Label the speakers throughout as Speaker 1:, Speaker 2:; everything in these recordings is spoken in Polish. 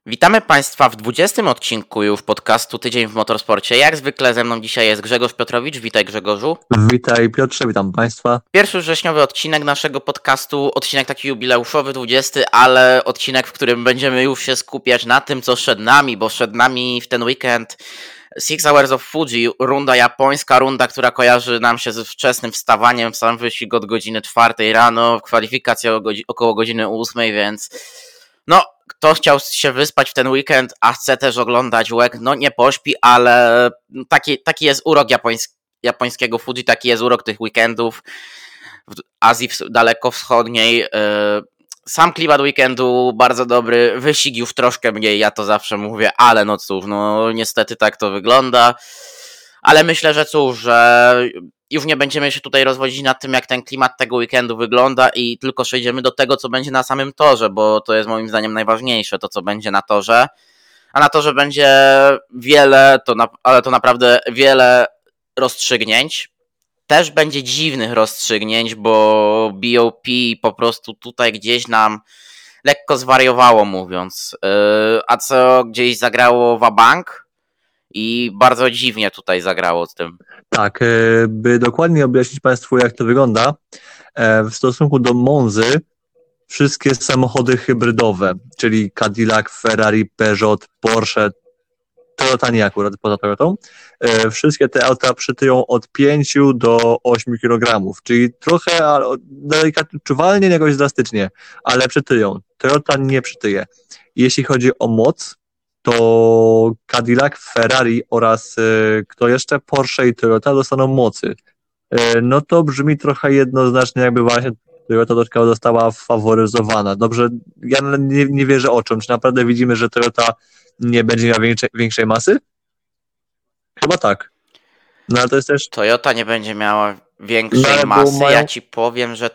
Speaker 1: Witamy Państwa w 20. odcinku już podcastu Tydzień w Motorsporcie. Jak zwykle ze mną dzisiaj jest Grzegorz Piotrowicz. Witaj Grzegorzu.
Speaker 2: Witaj Piotrze, witam Państwa.
Speaker 1: Pierwszy wrześniowy odcinek naszego podcastu, odcinek taki jubileuszowy, 20, ale odcinek, w którym będziemy już się skupiać na tym, co przed nami, bo przed nami w ten weekend 6 Hours of Fuji, runda japońska, runda, która kojarzy nam się z wczesnym wstawaniem, sam wyścig od godziny 4 rano, kwalifikacja około godziny 8, więc no, kto chciał się wyspać w ten weekend, a chce też oglądać WEC, no nie pośpi, ale taki jest urok japońskiego Fuji, taki jest urok tych weekendów w Azji dalekowschodniej. Sam klimat weekendu bardzo dobry, wyścig już troszkę mniej, ja to zawsze mówię, ale no cóż, no niestety tak to wygląda. Ale myślę, że cóż, że już nie będziemy się tutaj rozwodzić nad tym, jak ten klimat tego weekendu wygląda i tylko przejdziemy do tego, co będzie na samym torze, bo to jest moim zdaniem najważniejsze, to co będzie na torze. A na torze będzie wiele, ale to naprawdę wiele rozstrzygnięć. Też będzie dziwnych rozstrzygnięć, bo BOP po prostu tutaj gdzieś nam lekko zwariowało, mówiąc. A co gdzieś zagrało wabank i bardzo dziwnie tutaj zagrało z tym.
Speaker 2: Tak, by dokładnie objaśnić Państwu, jak to wygląda, w stosunku do Monzy wszystkie samochody hybrydowe, czyli Cadillac, Ferrari, Peugeot, Porsche, Toyota nie akurat, poza Toyotą, wszystkie te auta przytyją od 5 do 8 kg, czyli trochę, ale delikatnie, czuwalnie, jakoś drastycznie, ale przytyją. Toyota nie przytyje. Jeśli chodzi o moc, to Cadillac, Ferrari oraz kto jeszcze? Porsche i Toyota dostaną mocy. No to brzmi trochę jednoznacznie, jakby właśnie Toyota została faworyzowana. Dobrze, ja nie wierzę oczom. Czy naprawdę widzimy, że Toyota nie będzie miała większej masy? Chyba tak. No ale to jest też...
Speaker 1: Toyota nie będzie miała większej masy. Ja ci powiem, że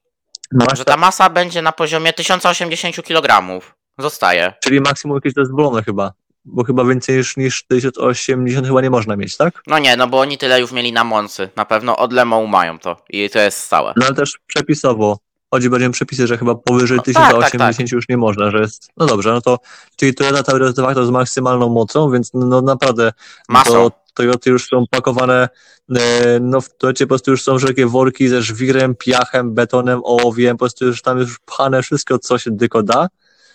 Speaker 1: ta masa będzie na poziomie 1080 kg. Zostaje.
Speaker 2: Czyli maksimum jakieś dozwolone chyba. Bo chyba więcej niż 1080 chyba nie można mieć, tak?
Speaker 1: No nie, no bo oni tyle już mieli na Moncy. Na pewno od Le Mans mają to i to jest stałe.
Speaker 2: No ale też przepisowo. Chodzi bardziej o przepisy, że chyba powyżej 1080 tak. Już nie można, że jest... No dobrze, no to... Czyli Toyota de facto z maksymalną mocą, więc no naprawdę...
Speaker 1: Masą.
Speaker 2: Toyoty już są pakowane, no w Toyocie po prostu już są wszelkie worki ze żwirem, piachem, betonem, ołowiem, po prostu już tam już pchane wszystko, co się tylko da.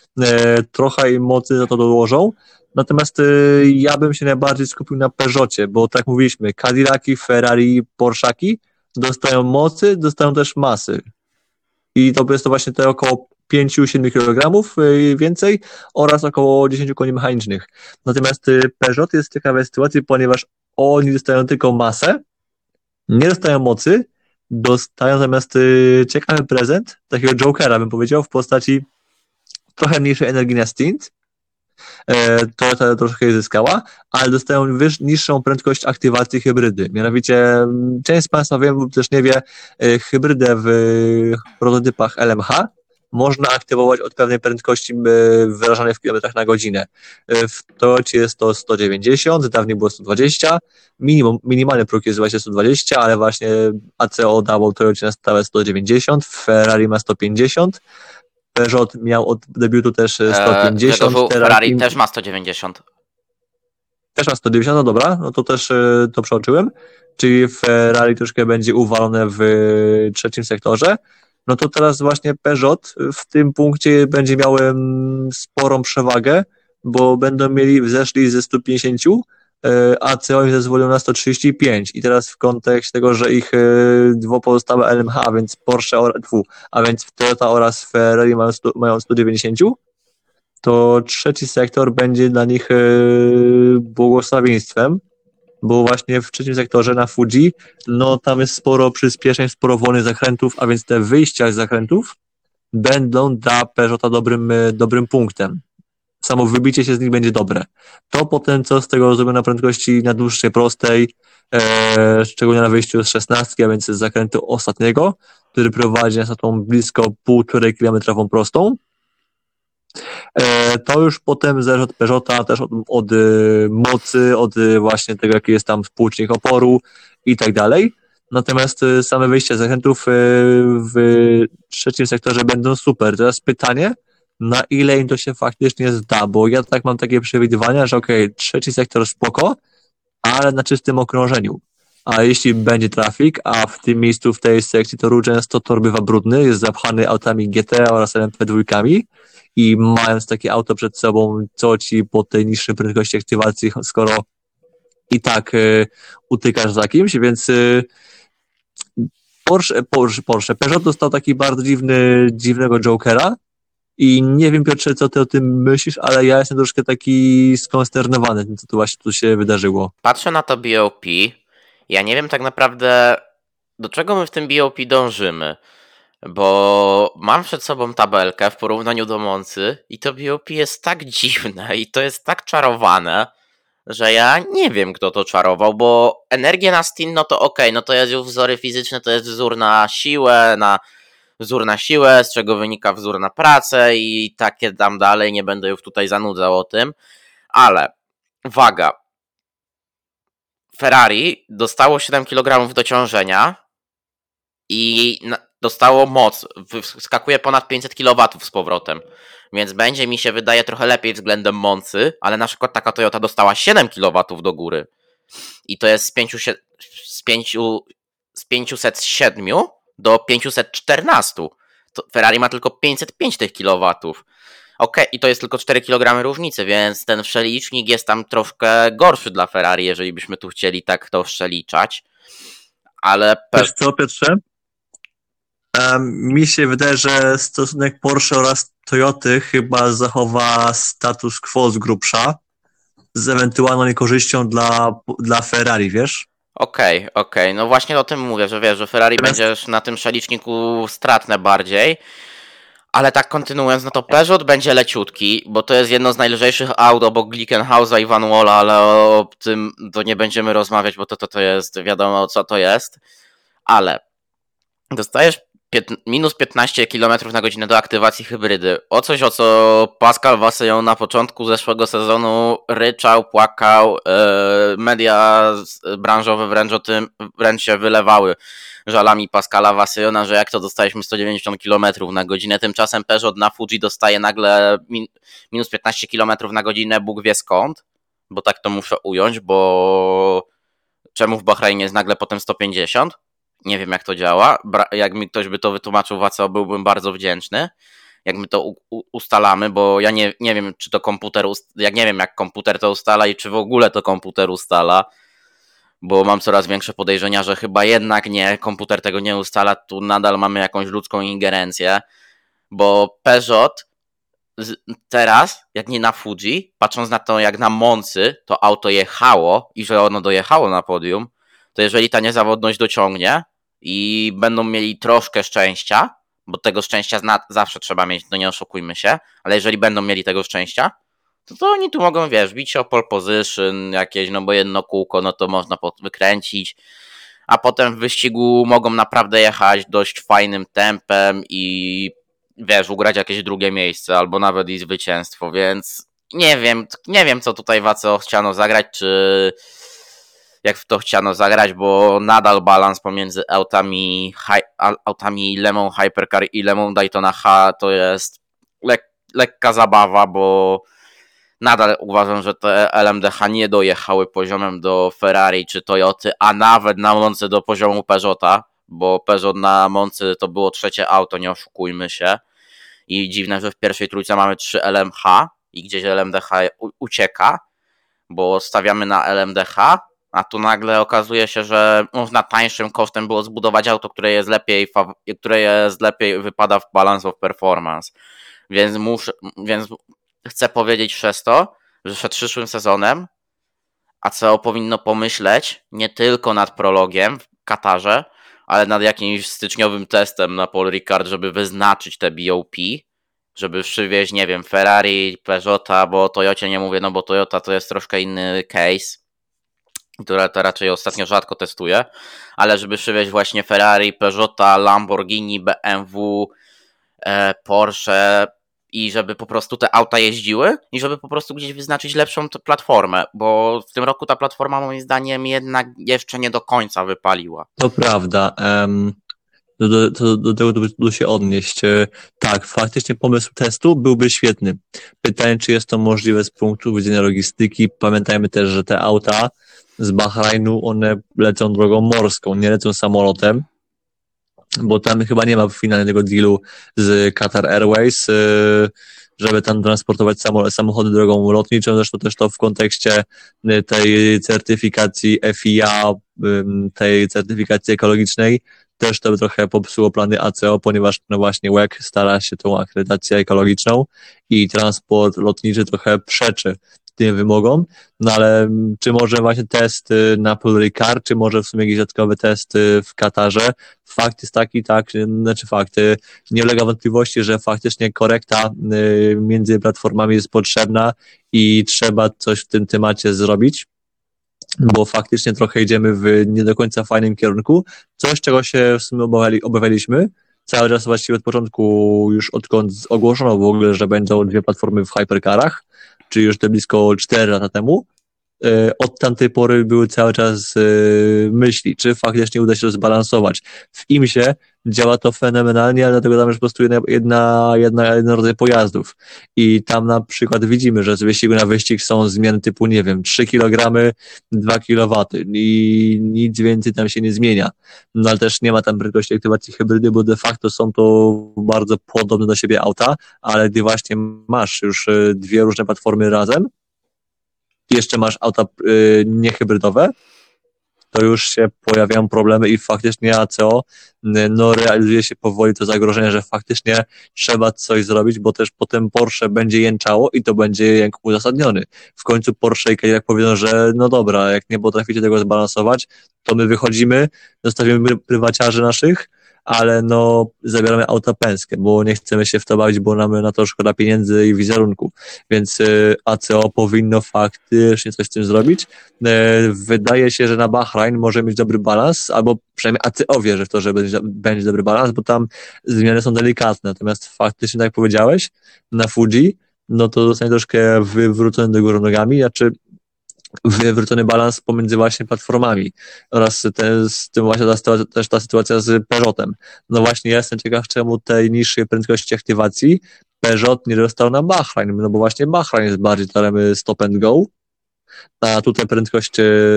Speaker 2: Trochę im mocy za to dołożą. Natomiast ja bym się najbardziej skupił na Peugeotie, bo tak mówiliśmy, Cadillaki, Ferrari, Porszaki dostają mocy, dostają też masy. I to jest to właśnie te około 5-7 kg więcej oraz około 10 koni mechanicznych. Natomiast Peugeot jest w ciekawej sytuacji, ponieważ oni dostają tylko masę, nie dostają mocy, dostają zamiast ciekawy prezent, takiego jokera bym powiedział, w postaci trochę mniejszej energii na stint. Toyota troszkę je zyskała, ale dostają niższą prędkość aktywacji hybrydy. Mianowicie, część z Państwa wiem lub też nie wie, hybrydę w prototypach LMH można aktywować od pewnej prędkości wyrażanej w kilometrach na godzinę. W Toyocie jest to 190, dawniej było 120, minimalny próg jest właśnie 120, ale właśnie ACO dawał Toyocie na stałe 190, Ferrari ma 150, Peugeot miał od debiutu też 150.
Speaker 1: Ferrari też ma 190.
Speaker 2: Też ma 190, no dobra, no to też to przeoczyłem. Czyli Ferrari troszkę będzie uwalone w trzecim sektorze. No to teraz właśnie Peugeot w tym punkcie będzie miał sporą przewagę, bo zeszli ze 150, a CO im zezwolił na 135 i teraz w kontekście tego, że ich dwa pozostałe LMH, a więc a więc Toyota oraz Ferrari mają 190, to trzeci sektor będzie dla nich błogosławieństwem, bo właśnie w trzecim sektorze na Fuji, no tam jest sporo przyspieszeń, sporo wolnych zakrętów, a więc te wyjścia z zakrętów będą dla Peugeota dobrym punktem. Samo wybicie się z nich będzie dobre. To potem, co z tego zrobią na prędkości na dłuższej, prostej, szczególnie na wyjściu z 16, a więc z zakrętu ostatniego, który prowadzi nas na tą blisko 1,5 kilometrową prostą, to już potem zależy od Peugeota, też od mocy, od właśnie tego, jaki jest tam współczynnik oporu i tak dalej. Natomiast same wyjścia z zakrętów w trzecim sektorze będą super. Teraz pytanie, na ile im to się faktycznie zda, bo ja tak mam takie przewidywania, że okej, trzeci sektor spoko, ale na czystym okrążeniu. A jeśli będzie trafik, a w tym miejscu, w tej sekcji toru często tor bywa brudny, jest zapchany autami GT oraz LMP2 i mając takie auto przed sobą, co ci po tej niższej prędkości aktywacji, skoro i tak utykasz za kimś, więc Porsche. Peugeot dostał taki bardzo dziwnego Jokera i nie wiem, Piotrze, co ty o tym myślisz, ale ja jestem troszkę taki skonsternowany tym, co tu właśnie tu się wydarzyło.
Speaker 1: Patrzę na to BOP, ja nie wiem tak naprawdę, do czego my w tym BOP dążymy, bo mam przed sobą tabelkę w porównaniu do Moncy i to BOP jest tak dziwne i to jest tak czarowane, że ja nie wiem, kto to czarował, bo energia na Steam, no to okej, no to jest już wzory fizyczne, to jest wzór na siłę, z czego wynika wzór na pracę i takie tam dalej, nie będę już tutaj zanudzał o tym, ale waga. Ferrari dostało 7 kg dociążenia i dostało moc, skakuje ponad 500 kW z powrotem, więc będzie mi się wydaje trochę lepiej względem Moncy, ale na przykład taka Toyota dostała 7 kW do góry i to jest z 507 do 514. To Ferrari ma tylko 505 tych kW. Okej, i to jest tylko 4 kg różnicy, więc ten przelicznik jest tam troszkę gorszy dla Ferrari, jeżeli byśmy tu chcieli tak to przeliczać. Ale
Speaker 2: Wiesz co, Piotrze? Mi się wydaje, że stosunek Porsche oraz Toyoty chyba zachowa status quo z grubsza, z ewentualną niekorzyścią dla Ferrari, wiesz?
Speaker 1: Okej. No właśnie o tym mówię, że wiesz, że Ferrari będzie na tym przeliczniku stratne bardziej. Ale tak kontynuując, no to Peugeot będzie leciutki, bo to jest jedno z najlżejszych aut obok Glickenhausa i Van Walla, ale o tym to nie będziemy rozmawiać, bo to jest wiadomo co to jest. Ale dostajesz minus 15 km na godzinę do aktywacji hybrydy. O coś, o co Pascal Vassillon na początku zeszłego sezonu ryczał, płakał, media branżowe wręcz się wylewały żalami Pascala Vassillona, że jak to dostaliśmy 190 km na godzinę. Tymczasem Peugeot na Fuji dostaje nagle minus 15 km na godzinę, Bóg wie skąd, bo tak to muszę ująć, bo czemu w Bahrajnie jest nagle potem 150? Nie wiem, jak to działa. Jak mi ktoś by to wytłumaczył, Waco, byłbym bardzo wdzięczny. Jak my to ustalamy, bo ja nie wiem, czy to komputer, jak nie wiem, jak komputer to ustala i czy w ogóle to komputer ustala, bo mam coraz większe podejrzenia, że chyba jednak nie, komputer tego nie ustala, tu nadal mamy jakąś ludzką ingerencję, bo Peugeot teraz, jak nie na Fuji, patrząc na to, jak na Moncy to auto jechało i że ono dojechało na podium, to jeżeli ta niezawodność dociągnie i będą mieli troszkę szczęścia, bo tego szczęścia zawsze trzeba mieć, no nie oszukujmy się, ale jeżeli będą mieli tego szczęścia, to oni tu mogą, wiesz, bić się o pole position jakieś, no bo jedno kółko, no to można wykręcić, a potem w wyścigu mogą naprawdę jechać dość fajnym tempem i wiesz, ugrać jakieś drugie miejsce, albo nawet i zwycięstwo, więc nie wiem co tutaj Waco chciano zagrać, czy jak w to chciano zagrać, bo nadal balans pomiędzy autami Lemon Hypercar i Lemon Daytona H to jest lekka zabawa, bo nadal uważam, że te LMDH nie dojechały poziomem do Ferrari czy Toyoty, a nawet na Moncy do poziomu Peugeota, bo Peugeot na Moncy to było trzecie auto, nie oszukujmy się. I dziwne, że w pierwszej trójce mamy 3 LMH i gdzieś LMDH ucieka, bo stawiamy na LMDH, a tu nagle okazuje się, że można tańszym kosztem było zbudować auto, które jest lepiej wypada w balance of performance. Więc chcę powiedzieć przez to, że przed przyszłym sezonem ACO powinno pomyśleć nie tylko nad prologiem w Katarze, ale nad jakimś styczniowym testem na Paul Ricard, żeby wyznaczyć te BOP, żeby przywieźć, nie wiem, Ferrari, Peugeota, bo o Toyocie nie mówię, no bo Toyota to jest troszkę inny case, która to raczej ostatnio rzadko testuje, ale żeby przywieźć właśnie Ferrari, Peugeota, Lamborghini, BMW, Porsche i żeby po prostu te auta jeździły i żeby po prostu gdzieś wyznaczyć lepszą platformę, bo w tym roku ta platforma moim zdaniem jednak jeszcze nie do końca wypaliła.
Speaker 2: To prawda. do tego tu się odnieść. Tak, faktycznie pomysł testu byłby świetny. Pytanie, czy jest to możliwe z punktu widzenia logistyki. Pamiętajmy też, że te auta z Bahrajnu, one lecą drogą morską, nie lecą samolotem, bo tam chyba nie ma finalnego dealu z Qatar Airways, żeby tam transportować samochody drogą lotniczą. Zresztą też to w kontekście tej certyfikacji FIA, tej certyfikacji ekologicznej, też to by trochę popsuło plany ACO, ponieważ no właśnie WEC stara się tą akredytację ekologiczną i transport lotniczy trochę przeczy tym wymogom, no ale czy może właśnie test na Paul Ricard, czy może w sumie jakiś dodatkowy test w Katarze? Fakt jest taki, nie ulega wątpliwości, że faktycznie korekta między platformami jest potrzebna i trzeba coś w tym temacie zrobić, bo faktycznie trochę idziemy w nie do końca fajnym kierunku, coś czego się w sumie obawialiśmy, cały czas właściwie od początku, już odkąd ogłoszono w ogóle, że będą 2 platformy w hypercarach, czyli już te blisko 4 lata temu, od tamtej pory były cały czas myśli, czy faktycznie uda się to zbalansować. W IMSie działa to fenomenalnie, ale dlatego tam jest po prostu jeden rodzaj pojazdów. I tam na przykład widzimy, że z wyścigu na wyścig są zmiany typu, nie wiem, 3 kg, 2 kW i nic więcej tam się nie zmienia. No ale też nie ma tam prędkości aktywacji hybrydy, bo de facto są to bardzo podobne do siebie auta, ale gdy właśnie masz już 2 różne platformy razem, jeszcze masz auta niehybrydowe, to już się pojawiają problemy i faktycznie ACO realizuje się powoli to zagrożenie, że faktycznie trzeba coś zrobić, bo też potem Porsche będzie jęczało i to będzie jęk uzasadniony. W końcu Porsche i Cadillac powiedzą, że no dobra, jak nie potraficie tego zbalansować, to my wychodzimy, zostawimy prywaciarzy naszych, ale zabieramy auta pęskie, bo nie chcemy się w to bawić, bo nam na to szkoda pieniędzy i wizerunku. Więc ACO powinno faktycznie coś z tym zrobić. Wydaje się, że na Bahrain może mieć dobry balans, albo przynajmniej ACO wierzy w to, że będzie dobry balans, bo tam zmiany są delikatne. Natomiast faktycznie, tak jak powiedziałeś, na Fuji, to zostanie troszkę wywrócony do góry nogami, wywrócony balans pomiędzy właśnie platformami oraz z tym właśnie też ta sytuacja z Peugeotem. No właśnie, ja jestem ciekaw, czemu tej niższej prędkości aktywacji Peugeot nie dostał na Bahrain, bo właśnie Bahrain jest bardziej torem stop and go, a tutaj prędkość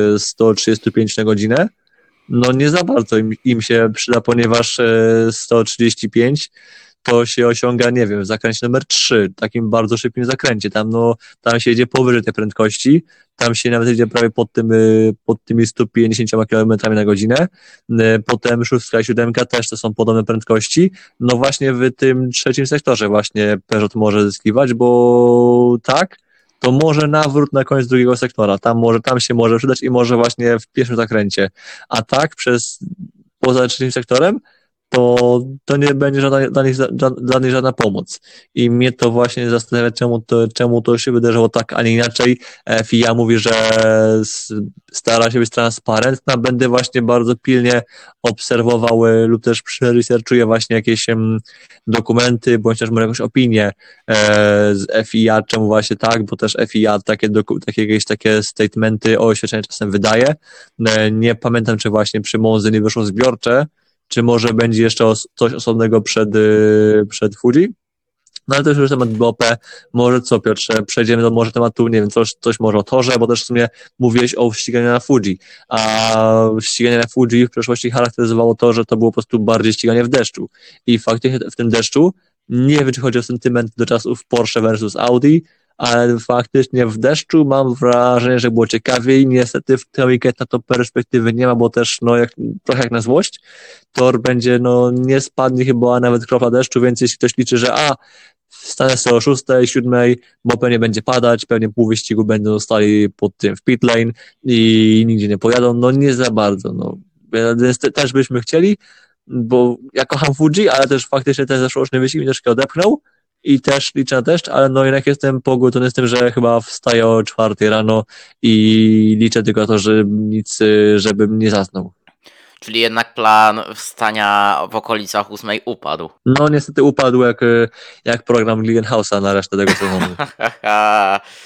Speaker 2: 135 na godzinę, nie za bardzo im się przyda, ponieważ 135 to się osiąga, nie wiem, w zakręcie numer 3, takim bardzo szybkim zakręcie. Tam się jedzie powyżej tej prędkości, tam się nawet jedzie prawie pod tymi 150 km na godzinę. Potem 6 i 7 też to są podobne prędkości. No właśnie w tym trzecim sektorze właśnie Peugeot może zyskiwać, bo tak, to może nawrót na koniec drugiego sektora. Tam się może przydać i może właśnie w pierwszym zakręcie. A tak poza trzecim sektorem to nie będzie dla nich żadna pomoc. I mnie to właśnie zastanawia, czemu to się wydarzyło tak, a nie inaczej. FIA mówi, że stara się być transparentna. Będę właśnie bardzo pilnie obserwował lub też przeresearchuję właśnie jakieś dokumenty, bądź też może jakąś opinię z FIA, czemu właśnie tak, bo też FIA jakieś takie statementy o oświadczeniu czasem wydaje. Nie pamiętam, czy właśnie przy Monzy nie wyszło zbiorcze, czy może będzie jeszcze coś osobnego przed Fuji? No ale to już temat BOP. Może co, Piotrze, przejdziemy do może tematu, nie wiem, coś może o torze, bo też w sumie mówiłeś o ściganiu na Fuji, a ściganie na Fuji w przeszłości charakteryzowało to, że to było po prostu bardziej ściganie w deszczu. I faktycznie w tym deszczu, nie wiem, czy chodzi o sentyment do czasów Porsche versus Audi, ale faktycznie w deszczu mam wrażenie, że było ciekawiej. Niestety w tym weekend na to perspektywy nie ma, bo też trochę jak na złość. Tor będzie, nie spadnie chyba nawet kropla deszczu, więc jeśli ktoś liczy, że wstanę sobie o 6, 7, bo pewnie będzie padać, pewnie pół wyścigu będą stali pod tym w pit lane i nigdzie nie pojadą, nie za bardzo. Więc też byśmy chcieli, bo ja kocham Fuji, ale też faktycznie ten zeszłoroczny wyścig mnie troszkę odepchnął. I też liczę na deszcz, ale jednak jestem pogodzony z tym, że chyba wstaję o 4 rano i liczę tylko na to, że nic, żebym nie zasnął.
Speaker 1: Czyli jednak plan wstania w okolicach 8 upadł.
Speaker 2: Niestety upadł jak program Glickenhausa na resztę tego sezonu.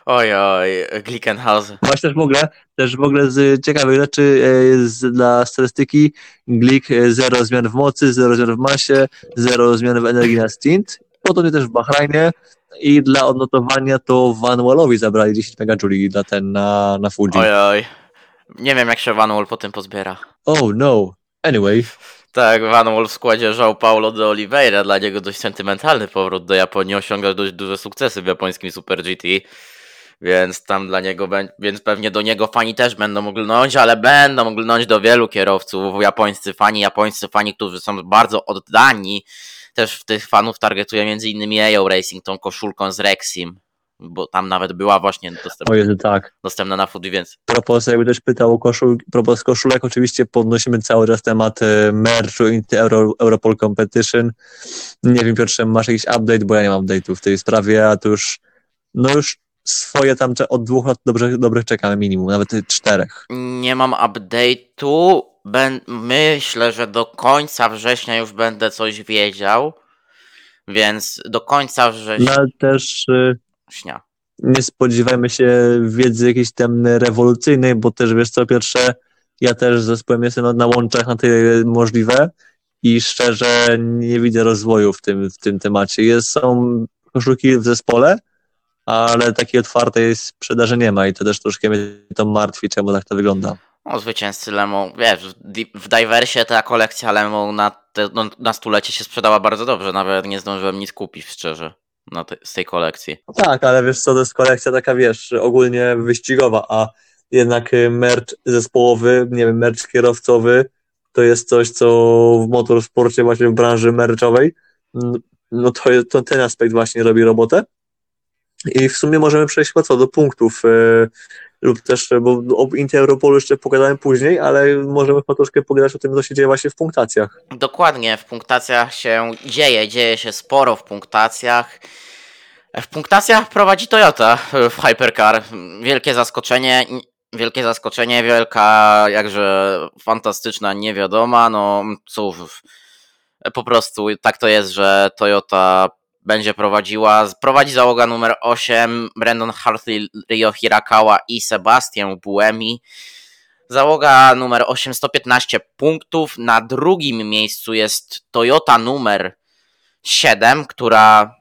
Speaker 1: Oj, Glickenhaus.
Speaker 2: Właśnie też w ogóle z ciekawych rzeczy dla statystyki Glick 0 zmian w mocy, 0 zmian w masie, 0 zmian w energii na stint. Podobnie też w Bahrajnie i dla odnotowania to Van Wallowi zabrali 10 megajouli na Fuji.
Speaker 1: Oj. Nie wiem, jak się Van Wall po tym pozbiera.
Speaker 2: Oh no. Anyway.
Speaker 1: Tak, Van Wall w składzie João Paulo de Oliveira, dla niego dość sentymentalny powrót do Japonii, osiąga dość duże sukcesy w japońskim Super GT, więc tam dla niego, więc pewnie do niego fani też będą mogli lgnąć, ale będą lgnąć do wielu kierowców, japońscy fani, którzy są bardzo oddani, też w tych fanów targetuje między innymi AO Racing, tą koszulką z Rexim, bo tam nawet była właśnie dostępna na Fuji, więc...
Speaker 2: Propos, jakby też pytał o propos koszulek, oczywiście podnosimy cały czas temat merchu Europol Competition. Nie wiem, Piotrze, masz jakiś update, bo ja nie mam update'u w tej sprawie, a to już swoje tam od 2 lat dobrze czekamy minimum, nawet 4.
Speaker 1: Nie mam update'u, myślę, że do końca września już będę coś wiedział, więc do końca września...
Speaker 2: No ale też... Nie spodziewajmy się wiedzy jakiejś tam rewolucyjnej, bo też wiesz co, Piotrze, ja też z zespołem jestem na łączach na tyle możliwe i szczerze nie widzę rozwoju w tym temacie. Są koszulki w zespole, ale takiej otwartej sprzedaży nie ma i to też troszkę mnie to martwi, czemu tak to wygląda.
Speaker 1: Zwycięzcy Lemą, wiesz, w Diversie ta kolekcja Lemą na stulecie się sprzedała bardzo dobrze, nawet nie zdążyłem nic kupić, szczerze. Z tej kolekcji.
Speaker 2: Tak, ale wiesz co, to jest kolekcja taka, wiesz, ogólnie wyścigowa, a jednak merch zespołowy, nie wiem, merch kierowcowy to jest coś, co w motorsporcie, właśnie w branży merchowej, no to ten aspekt właśnie robi robotę. I w sumie możemy przejść do punktów lub też, bo o Inti Europolu jeszcze pogadałem później, ale możemy troszkę pogadać o tym, co się dzieje właśnie w punktacjach.
Speaker 1: Dokładnie, w punktacjach się dzieje się sporo w punktacjach. W punktacjach prowadzi Toyota w Hypercar. Wielkie zaskoczenie, wielka, jakże fantastyczna niewiadoma. No cóż, po prostu tak to jest, że Toyota będzie prowadzi załoga numer 8, Brandon Hartley, Ryo Hirakawa i Sebastian Buemi. Załoga numer 8, 115 punktów. Na drugim miejscu jest Toyota numer 7, która...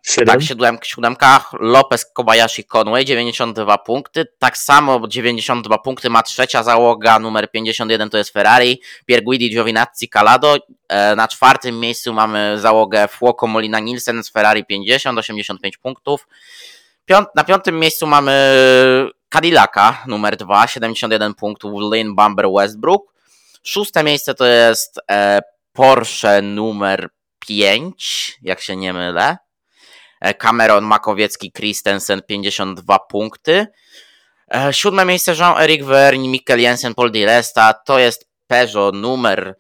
Speaker 1: 7? Lopez Kobayashi Conway, 92 punkty. Tak samo 92 punkty ma trzecia załoga, numer 51 to jest Ferrari, Pierguidi Giovinazzi Calado. Na czwartym miejscu mamy załogę Fuoco Molina Nielsen z Ferrari 50, 85 punktów. Na piątym miejscu mamy Cadillaca numer 2, 71 punktów, Lynn Bamber Westbrook. Szóste miejsce to jest Porsche numer 5, jak się nie mylę. Cameron Makowiecki Christensen 52 punkty. Siódme miejsce Jean-Éric Vergne, Mikkel Jensen, Paul Di Resta. To jest Peugeot numer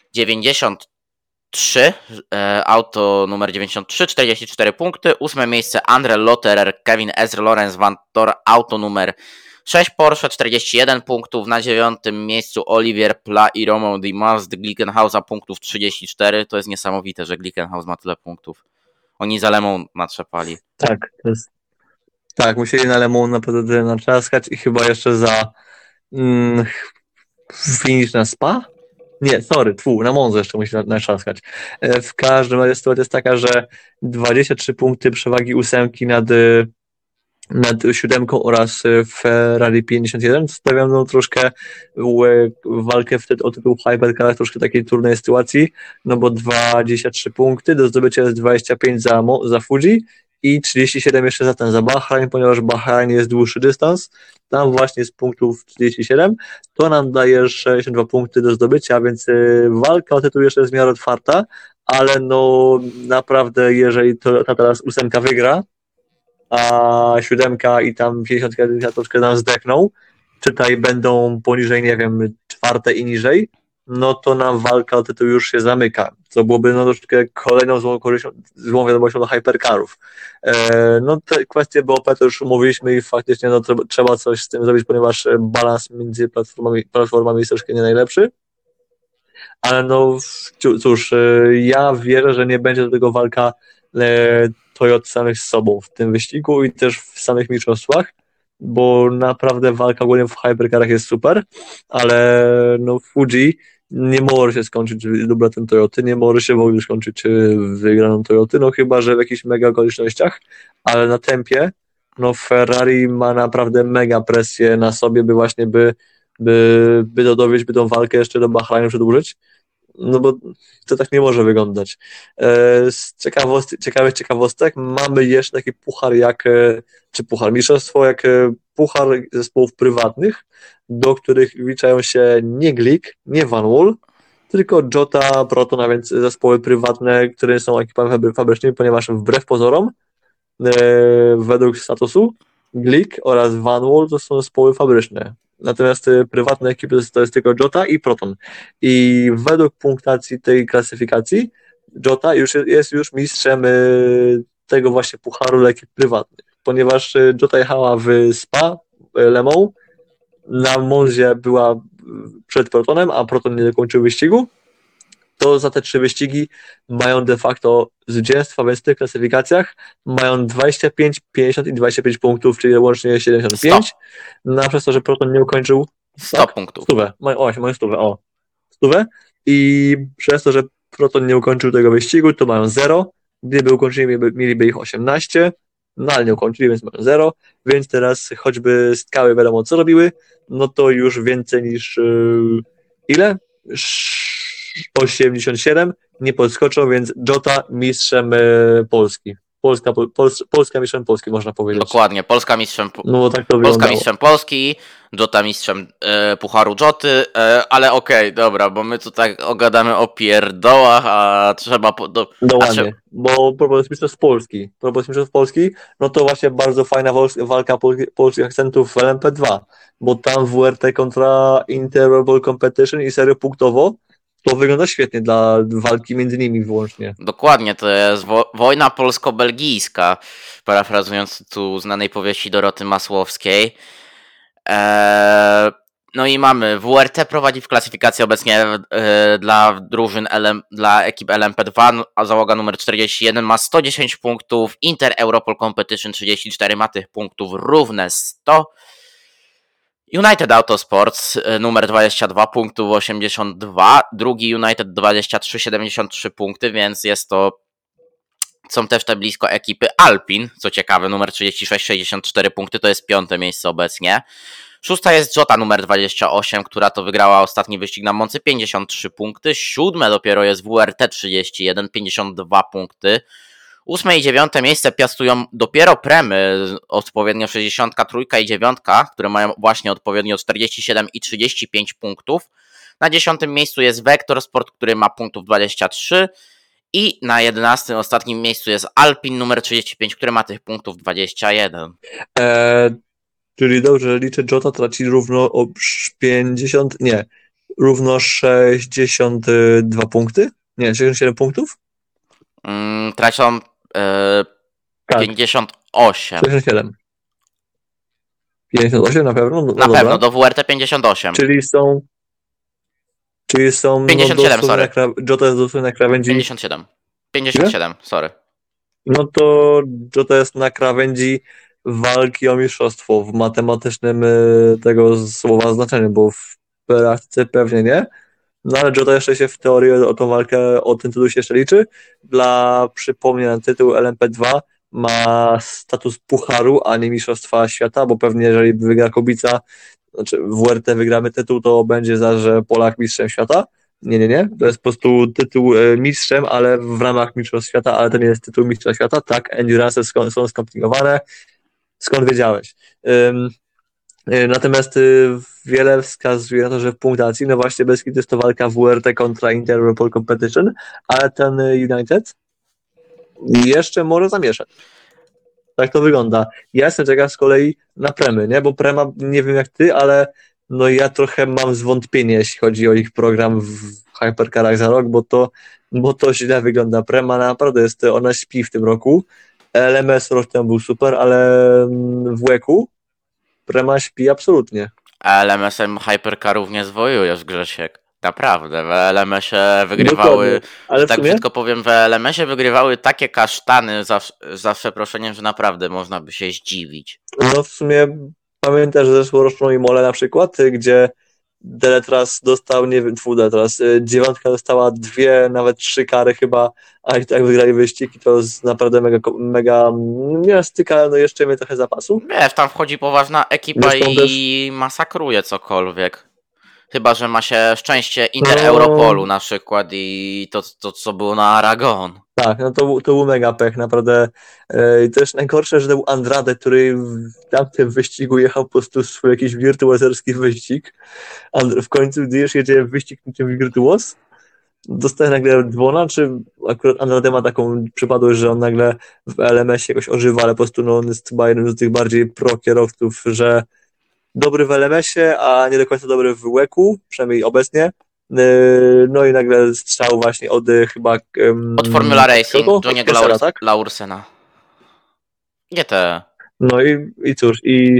Speaker 1: 93, auto numer 93, 44 punkty. Ósme miejsce Andre Lotterer, Kevin Ezra, Lorenz Van Tor, auto numer 6 Porsche, 41 punktów. Na dziewiątym miejscu Olivier Pla i Romain Dimas z Glickenhausa punktów 34. To jest niesamowite, że Glickenhaus ma tyle punktów. Oni za Lemą natrzepali.
Speaker 2: Tak, musieli na Lemą naprawdę natrzaskać i chyba jeszcze za finish na Spa? Nie, na Monza jeszcze musi natrzaskać. W każdym razie sytuacja jest taka, że 23 punkty przewagi 8 nad 7 oraz Ferrari 51 stawiam troszkę walkę o tytuł w Hypercarach troszkę takiej trudnej sytuacji, no bo 23 punkty, do zdobycia jest 25 za Fuji i 37 jeszcze za Bahrain, ponieważ Bahrain jest dłuższy dystans, tam właśnie z punktów 37, to nam daje 62 punkty do zdobycia, więc walka o tytuł jeszcze jest w miarę otwarta, ale no naprawdę jeżeli to teraz 8 wygra, a 7 i tam 50 troszkę nam zdechną, czy tutaj będą poniżej, nie wiem, 4 i niżej, no to nam walka o tytuł już się zamyka, co byłoby troszkę kolejną złą wiadomością do Hypercarów. No te kwestie BOP to już umówiliśmy i faktycznie trzeba coś z tym zrobić, ponieważ balans między platformami jest troszkę nie najlepszy. Ale no cóż, ja wierzę, że nie będzie do tego walka Toyota samych z sobą w tym wyścigu i też w samych mistrzostwach, bo naprawdę walka ogólnie w hypercarach jest super, ale no Fuji nie może się skończyć dubletem Toyoty, nie może się w ogóle skończyć wygraną Toyoty, no chyba, że w jakichś mega okolicznościach, ale na tempie no Ferrari ma naprawdę mega presję na sobie, by właśnie dowieźć, by tą walkę jeszcze do Bahrainu przedłużyć, no bo to tak nie może wyglądać. Z ciekawych ciekawostek mamy jeszcze taki puchar czy puchar mistrzostwo, jak puchar zespołów prywatnych, do których wliczają się nie Glick, nie Van Wall, tylko Jota, Proton, a więc zespoły prywatne, które są ekipami fabrycznymi, ponieważ wbrew pozorom, według statusu, Glick oraz Van Wall to są zespoły fabryczne. Natomiast prywatne ekipy to jest tylko Jota i Proton. I według punktacji tej klasyfikacji Jota jest już mistrzem tego właśnie pucharu dla ekip prywatnych, ponieważ Jota jechała w Spa, Le Mans, na Monzie była przed Protonem, a Proton nie dokończył wyścigu, to za te 3 wyścigi mają de facto zwycięstwa, więc w tych klasyfikacjach mają 25, 50 i 25 punktów, czyli łącznie 75.
Speaker 1: 100.
Speaker 2: No, przez to, że Proton nie ukończył
Speaker 1: 100 punktów.
Speaker 2: 100. Mają 100. 100. I przez to, że Proton nie ukończył tego wyścigu, to mają 0. Gdyby ukończyli, mieliby ich 18. No ale nie ukończyli, więc mają 0. Więc teraz choćby skały wiadomo co robiły, no to już więcej niż ile? 87 nie podskoczą, więc Jota mistrzem Polski. Polska mistrzem Polski, można powiedzieć.
Speaker 1: Dokładnie, Polska mistrzem
Speaker 2: No tak to
Speaker 1: Polska
Speaker 2: wyglądało.
Speaker 1: mistrzem Polski, Jota mistrzem Pucharu Joty, ale okej, dobra, bo my tutaj ogadamy o pierdołach, a trzeba...
Speaker 2: Dokładnie, bo propos mistrzostw Polski, no to właśnie bardzo fajna walka polskich akcentów w LMP2, bo tam WRT kontra Interworld Competition i serio punktowo to wygląda świetnie dla walki między nimi wyłącznie.
Speaker 1: Dokładnie, to jest wojna polsko-belgijska, parafrazując tu znanej powieści Doroty Masłowskiej. No i mamy, WRT prowadzi w klasyfikacji obecnie dla drużyn, dla ekip LMP2, a załoga numer 41 ma 110 punktów, Inter Europol Competition 34 ma tych punktów równe 100. United Autosports numer 22 punktów 82, drugi United 23 73 punkty, więc są też te blisko ekipy Alpin, co ciekawe, numer 36 64 punkty, to jest 5. miejsce obecnie. 6. jest Jota numer 28, która to wygrała ostatni wyścig na Moncy, 53 punkty. 7. dopiero jest WRT 31 52 punkty. 8. i 9. miejsce piastują dopiero Premy, odpowiednio 63 i 9, które mają właśnie odpowiednio 47 i 35 punktów. Na 10. miejscu jest Vector Sport, który ma punktów 23 i na 11. ostatnim miejscu jest Alpin numer 35, który ma tych punktów 21.
Speaker 2: Czyli dobrze liczę, Jota traci równo o 50, nie, równo 62 punkty? Nie, 67 punktów?
Speaker 1: Tracą 58.
Speaker 2: 67. 58 na pewno? No
Speaker 1: na
Speaker 2: dobra.
Speaker 1: pewno, do WRT 58.
Speaker 2: Czyli są
Speaker 1: 57, sorry.
Speaker 2: Jota jest dosłownie na krawędzi.
Speaker 1: 57, sorry.
Speaker 2: No to Jota jest na krawędzi walki o mistrzostwo w matematycznym tego słowa znaczeniu, bo w praktyce pewnie nie. No ale Jota jeszcze się w teorii o tą walkę, o ten tytuł się jeszcze liczy. Dla przypomnienia, tytuł LMP2 ma status pucharu, a nie mistrzostwa świata, bo pewnie jeżeli wygra Kubica, znaczy WRT wygramy tytuł, to będzie że Polak mistrzem świata. Nie. To jest po prostu tytuł mistrzem, ale w ramach mistrzostw świata, ale to nie jest tytuł mistrza świata. Tak, endurance są skomplikowane. Skąd wiedziałeś? Natomiast wiele wskazuje na to, że w punktacji, no właśnie bez kitu jest to walka WRT kontra Inter Europol Competition, ale ten United jeszcze może zamieszać. Tak to wygląda. Ja jestem ciekaw z kolei na Premy, nie? Bo Prema, nie wiem jak ty, ale no ja trochę mam zwątpienie, jeśli chodzi o ich program w Hypercarach za rok, bo to źle wygląda. Prema naprawdę ona śpi w tym roku. LMS rok temu był super, ale w WEC-u Prema śpi absolutnie.
Speaker 1: LMS-em Hypercarów nie zwojujesz, Grzesiek. Naprawdę, w LMS-ie wygrywały,
Speaker 2: ale
Speaker 1: tak brzydko powiem, w LMS-ie wygrywały takie kasztany za przeproszeniem, że naprawdę można by się zdziwić.
Speaker 2: No w sumie Pamiętasz zeszłoroczną Imolę na przykład, gdzie Deletras dostał, nie wiem, Deletras, dziewiątka dostała 2, nawet 3 kary chyba, a i tak wygrali wyścig i to jest naprawdę mega nie styka, no jeszcze mieć trochę zapasu.
Speaker 1: Wiesz, tam wchodzi poważna ekipa
Speaker 2: Zresztą
Speaker 1: i masakruje cokolwiek. Chyba że ma się szczęście Inter
Speaker 2: No.
Speaker 1: Europolu na przykład i to co było na Aragon.
Speaker 2: Tak, no to był mega pech, naprawdę. I też najgorsze, że to był Andrade, który w tamtym wyścigu jechał po prostu swój jakiś wirtuozerski wyścig. W końcu, gdy już jedzie wyścig niczym wirtuoz, dostaje nagle dzwona, czy akurat Andrade ma taką przypadłość, że on nagle w LMS-ie jakoś ożywa, ale po prostu no, on jest chyba jednym z tych bardziej pro kierowców, że dobry w LMS-ie, a nie do końca dobry w WEC-u, przynajmniej obecnie. No i nagle strzał właśnie od chyba...
Speaker 1: Od Formula Racing,
Speaker 2: kogo?
Speaker 1: Johnny'ego
Speaker 2: Tak?
Speaker 1: Laursena. Nie te.
Speaker 2: No i cóż,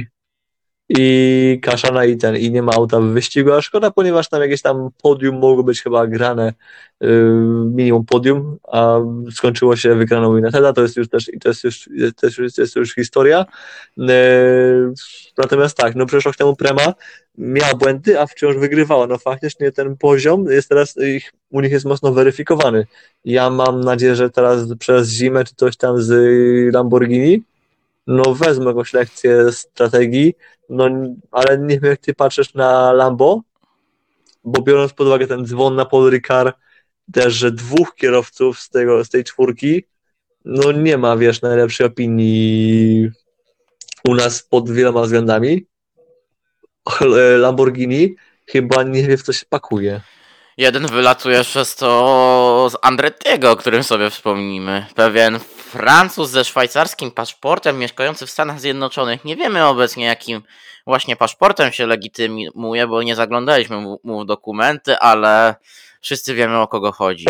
Speaker 2: i Kaszana i nie ma auta w wyścigu, a szkoda, ponieważ tam jakieś tam podium mogło być chyba grane, minimum podium, a skończyło się wygraną Uniteda, to jest już historia. Natomiast tak, no przecież rok temu Prema miała błędy, a wciąż wygrywała. No faktycznie ten poziom jest teraz, u nich jest mocno weryfikowany. Ja mam nadzieję, że teraz przez zimę czy coś tam z Lamborghini no wezmę jakąś lekcję strategii, no ale nie wiem jak ty patrzysz na Lambo, bo biorąc pod uwagę ten dzwon na Paul Ricard, też, że 2 kierowców z tej 4, no nie ma, wiesz, najlepszej opinii u nas pod wieloma względami. Lamborghini chyba nie wie, w co się pakuje.
Speaker 1: Jeden wylatuje przez to z Andrettiego, o którym sobie wspomnimy. Pewien Francuz ze szwajcarskim paszportem mieszkający w Stanach Zjednoczonych. Nie wiemy obecnie jakim właśnie paszportem się legitymuje, bo nie zaglądaliśmy mu w dokumenty, ale wszyscy wiemy o kogo chodzi.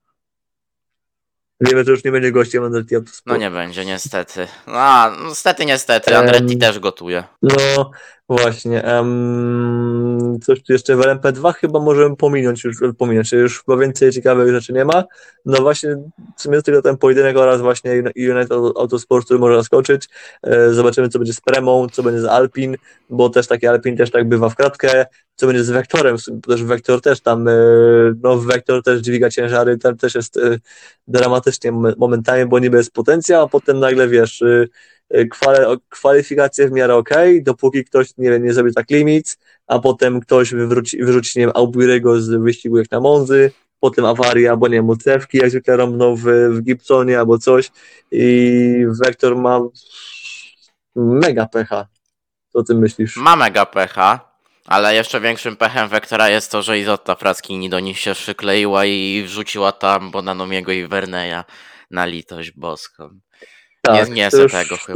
Speaker 2: Wiemy, że już nie będzie gościem Andretti Autosport.
Speaker 1: No nie będzie, niestety. No, niestety, Andretti też gotuje.
Speaker 2: No właśnie. Coś tu jeszcze w LMP2 chyba możemy pominąć, już chyba więcej ciekawych rzeczy nie ma. No właśnie, w sumie tylko ten pojedynek oraz właśnie United Autosport, który może zaskoczyć. Zobaczymy, co będzie z Premą, co będzie z Alpin, bo też taki Alpin też tak bywa w kratkę. Co będzie z Vektorem, też Vektor też tam, no Vektor też dźwiga ciężary, tam też jest dramatycznie momentami, bo niby jest potencjał, a potem nagle wiesz, kwalifikacje w miarę okej, dopóki ktoś, nie wiem, nie zrobi tak limit, a potem ktoś wyrzuci, nie wiem, Aubirego z wyścigu jak na Monzy, potem awaria, albo nie wiem, cewki jak zwykle rąbną w Gibsonie albo coś i Vektor ma mega pecha. Co ty myślisz?
Speaker 1: Ma mega pecha, ale jeszcze większym pechem Vektora jest to, że Izotta Fraskini do nich się przykleiła i wrzuciła tam Bonanomiego i Verneya na litość boską.
Speaker 2: Tak,
Speaker 1: nie chcę tego chyba.